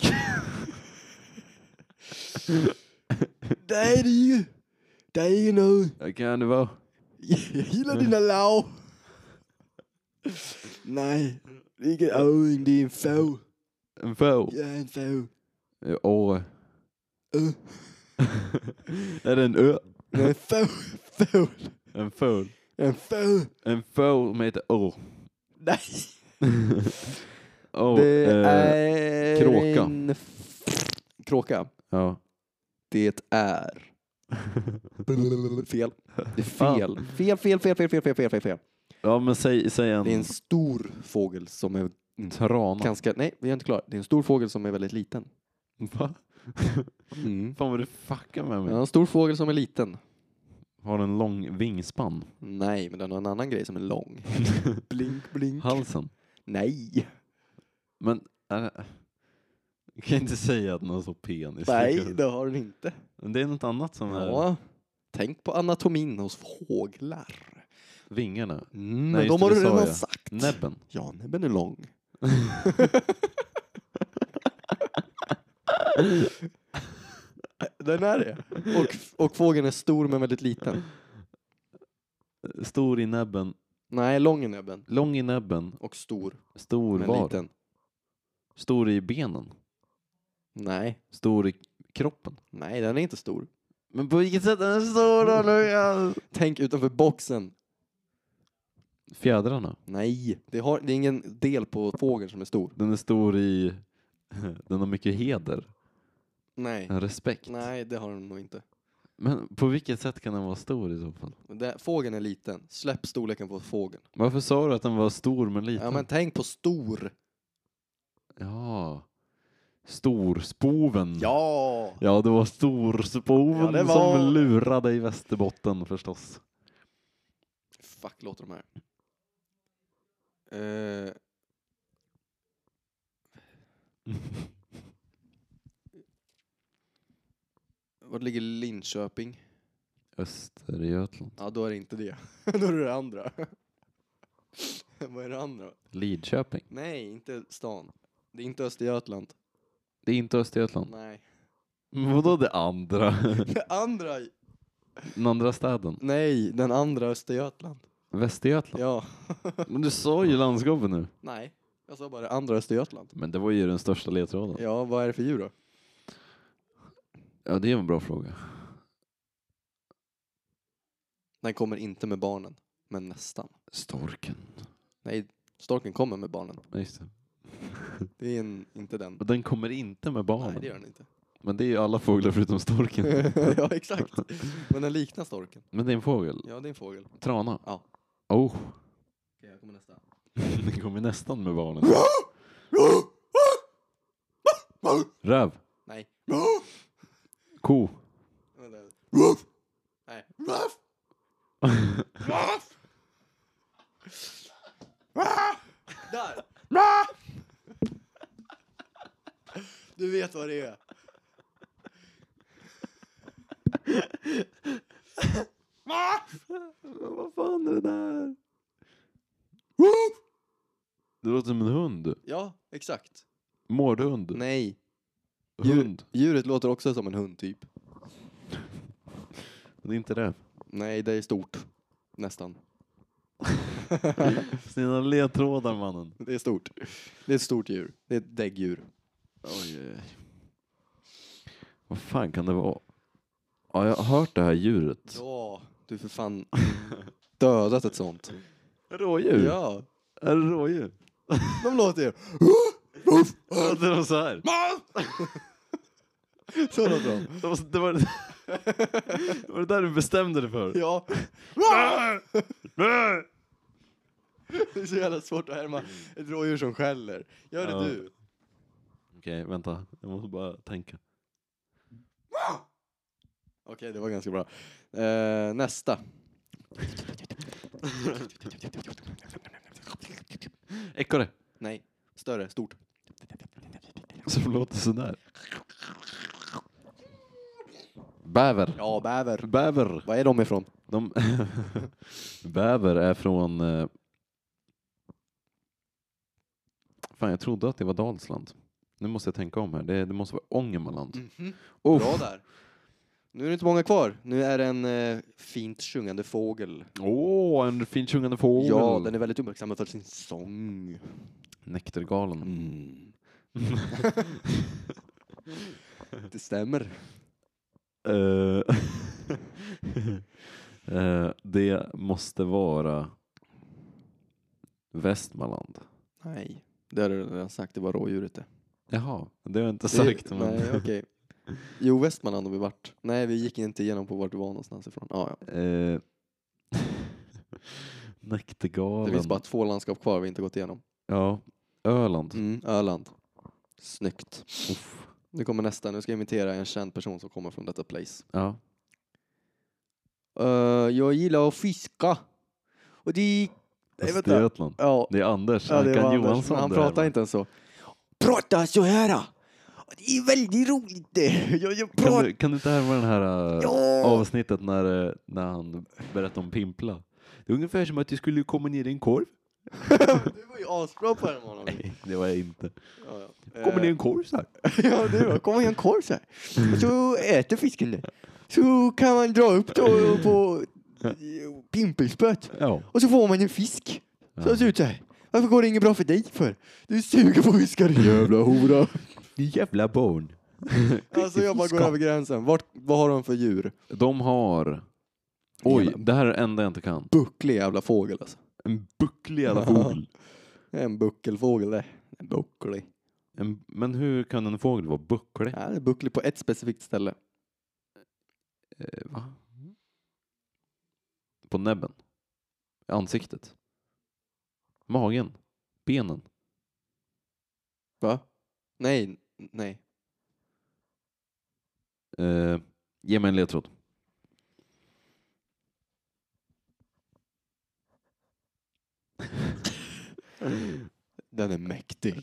Det är det ju. Det är ingen öring. Det kan det vara. Jag gillar dina lav. Nej, det är ingen öring, det är en få. En fål. Ja, en få. Åre. Är det en ö? En fål. Fål. En fål. En fål. En fål som heter å. Nej. Åh, Det är kråka. en kråka. Ja. Det är fel. Det är fel. Ja, men säg en Det är en stor fågel som är trana. ganska... Nej, vi är inte klara. Det är en stor fågel som är väldigt liten. Va? Fan vad du fuckar med mig. Ja, en stor fågel som är liten. Har en lång vingspann. Nej, men den har en annan grej som är lång. Blink, blink. Halsen. Nej. Men jag kan inte säga att den har så penis. Nej, det har den inte. Men det är något annat som är Ja. Tänk på anatomin hos fåglar. vingarna. Men Nej, de just har det, du sa redan jag. sagt. Näbben. Ja, näbben är lång. Den är det. Och fågeln är stor men väldigt liten. Stor i näbben. Nej, lång i näbben. Lång i näbben. Och stor Stor men var. liten. Stor i benen. Nej. Stor i kroppen. Nej, den är inte stor. Men på vilket sätt är den stor då, Lukas? Tänk utanför boxen. Fjädrarna. Nej, det är ingen del på fågeln som är stor. Den är stor i... Den har mycket heder. Nej. En respekt. Nej, det har den nog inte. Men på vilket sätt kan den vara stor i så fall? Fågeln är liten. Släpp storleken på fågeln. Varför sa du att den var stor men liten? Ja, men tänk på stor. Ja. Storspoven. Ja! Ja, det var storspoven Ja, det var- som lurade i Västerbotten förstås. Fuck, låter de här. Var ligger Linköping? Östergötland. Ja, då är det inte det. Då är det andra. Vad är det andra? Lidköping. Nej, inte stan. Det är inte Östergötland. Det är inte Östergötland. Nej. Men vadå det andra? Det andra? Den andra städen? Nej, den andra Östergötland. Västergötland? Ja. Men du sa ju landskapet nu. Nej, jag sa bara det andra Östergötland. Men det var ju den största ledtråden. Ja, vad är det för djur då? Ja, det är en bra fråga. Den kommer inte med barnen, men nästan. Storken. Nej, storken kommer med barnen. Ja, just det. Det är inte den. Och den kommer inte med barnen. Nej, det gör den inte. Men det är ju alla fåglar förutom storken. Ja, exakt. Men den liknar storken. Men det är en fågel. Ja, det är en fågel. Trana. Ja. Oh. Okej, jag kommer nästa. Den kommer nästan med barnen. Räv. Nej. Ko. Nej. Där! Du vet vad det är. Vad fan är det där? Det låter som en hund. Ja, exakt. Mårdhund. Nej. Hund. Djuret låter också som en hund typ. Det är inte det. Nej, det är stort. Nästan. Sina ledtrådar, mannen. Det är stort. Det är ett stort djur. Det är ett däggdjur. Oj. Vad fan kan det vara? Ja, jag har hört det här djuret. Ja, du för fan dödat ett sånt. Rådjur? Ja, Är det rådjur? de låter ju. Låter de så här? Så låter de. Det var det där du bestämde dig för? Ja. Det är så jävla svårt att härma ett rådjur som skäller. Gör det Ja. du. Okej, vänta. Jag måste bara tänka. Okej, det var ganska bra. Nästa. Ekorre. Nej, större, stort. Som låter sådär. Bäver. Ja, bäver. Bäver. Vad är de ifrån? Bäver är från... Fan, jag trodde att det var Dalsland. Nu måste jag tänka om här. Det måste vara Ångermanland. Mm-hmm. Bra där. Nu är det inte många kvar. Nu är det en fint sjungande fågel. En fint sjungande fågel. Ja, den är väldigt uppmärksammad för sin sång. Näktergalen. Det stämmer. Det måste vara Västmanland. Nej, det har du redan sagt. Det var rådjuret det. Jaha, det har jag inte sagt. Men... Nej, okej. Jo, Västmanland har vi varit. Nej, vi gick inte igenom på vart vi var någonstans ifrån. Ja. Näktergalen. Det finns bara 2 landskap kvar vi inte gått igenom. Ja, Öland. Öland. Snyggt. Uff. Nu kommer nästa. Nu ska jag imitera en känd person som kommer från detta place. Ja. Jag gillar att fiska. Och det... Östergötland. Ja. Det är Anders. Ja, det var Johansson. Anders, men han pratar inte ens så. Prata så här. Det är väldigt roligt det. Kan du inte härma den här avsnittet när han berättar om pimpla? Det är ungefär som att du skulle komma ner i en korv. Du var ju asbra på den månaden. Nej, det var jag inte. Ja. Kommer ner i en korv så här. Ja, det var. Kommer ner i en korv så här. Och så äter fisken det. Så kan man dra upp då på pimpelspöt. Ja. Och så får man en fisk. Så ser ut så här. Varför går det inget bra för dig för? Du suger på fiskar, jävla hora. Jävla barn. Alltså jag bara går över gränsen. Vad har de för djur? De har... Oj, det här är det enda jag inte kan. Bucklig jävla fågel alltså. En bucklig jävla fågel. En buckelfågel det. En bucklig. Men hur kan en fågel vara bucklig? Ja, det är bucklig på ett specifikt ställe. Va? På näbben. Ansiktet. Magen. Benen. Va? Nej. Ge mig en ledtråd. Den är mäktig.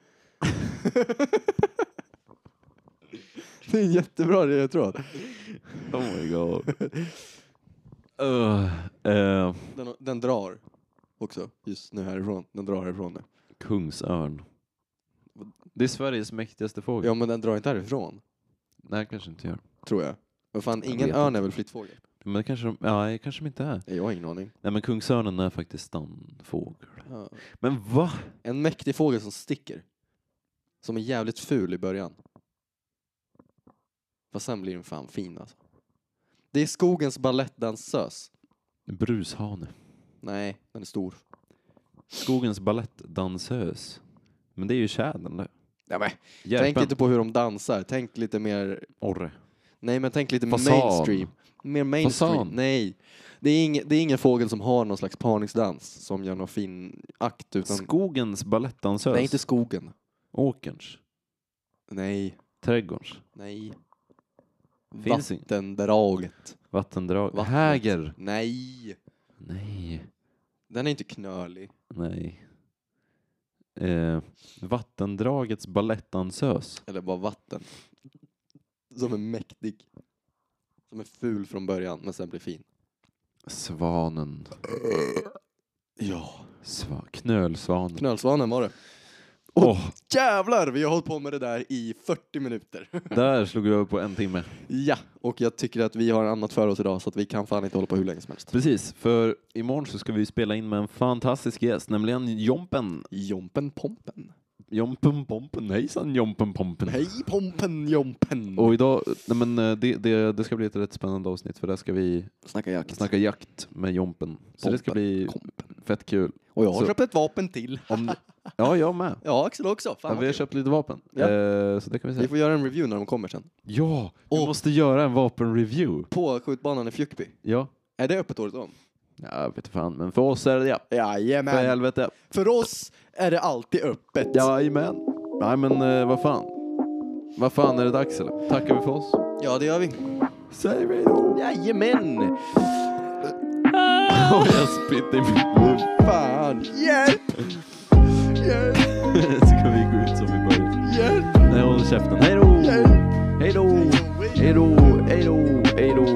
Det är en jättebra ledtråd. Oh my god. Den drar också just nu härifrån. Den drar härifrån nu. Kungsörn. Det är Sveriges mäktigaste fågel. Ja, men den drar inte härifrån. Nej, kanske inte gör. Tror jag. Men fan, ingen örn är väl flyttfågel? Men det kanske kanske de inte är. Jag har ingen aning. Nej, men kungsörnen är faktiskt stamfågel. Ja. Men va? En mäktig fågel som sticker. Som är jävligt ful i början. Fast sen blir den fan fin alltså. Det är skogens balettdansös. Brushane. Nej, den är stor. Skogens balettdansös. Men det är ju tjädern det. Ja, men, Järpen. tänk inte på hur de dansar. Tänk lite mer... Orre. Nej, men tänk lite Fasan. mainstream. Mer mainstream. Fasan. Nej. Det är ingen fågel som har någon slags parningsdans som gör någon fin akt. Utan... Skogens balettdansös. Nej, inte skogen. Åkerns. Nej. Trädgårdens. Nej. Finns Vattendraget. Vattendrag. Vattnet. Häger. Nej. Nej. Den är inte knölig. Nej. Vattendragets balettdansös. Eller bara vatten. Som är mäktig. Som är ful från början men sen blir fin. Svanen. Ja. Knölsvanen. Knölsvanen var det. Jävlar, vi har hållit på med det där i 40 minuter. Där slog vi över på 1 timme. Ja, och jag tycker att vi har annat för oss idag så att vi kan fan inte hålla på hur länge som helst. Precis, för imorgon så ska vi spela in med en fantastisk gäst, nämligen Jompen. Jompen Pompen. Jompen Pompen, hejsan Jompen Pompen. Hej Pompen Jompen. Och idag, det ska bli ett rätt spännande avsnitt för där ska vi snacka jakt med Jompen. Så Pompen. det ska bli fett kul. Och jag har köpt ett vapen till. Ja, jag med. Ja, Axel också. Fan, vi har köpt lite vapen. Ja. Så det kan vi säga. Vi får göra en review när de kommer sen. Ja, vi måste göra en vapenreview. På skjutbanan i Fjäckby. Ja. Är det öppet året om? Ja, vet fan. Men för oss är det ja. Jajamän. För helvete. För oss är det alltid öppet. Jajamän. Nej, men vad fan. Vad fan är det dags eller? Tackar vi för oss. Ja, det gör vi. Säg vi då. Jajamän. Och jag spytte i min mun. Fan, hjälp! Hjälp! Ska vi gå ut som vi börjar? Hjälp! Nej, håll käften. Hej då! Hjälp! Hej då! Hej då! Hej då! Hej då!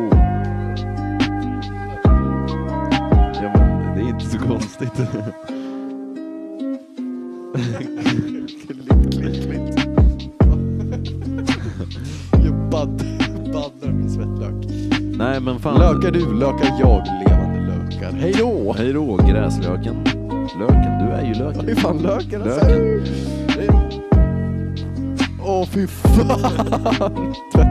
Ja, men det är inte så konstigt. Klipp. Jag baddar min svettlök. Nej, men fan. Lökar du, lökar jag, levande lökar. Hej då! Hej då, gräslöken. Löken, du är ju löken. Hur fan löken? Löken. Hej då! Åh, fy fan!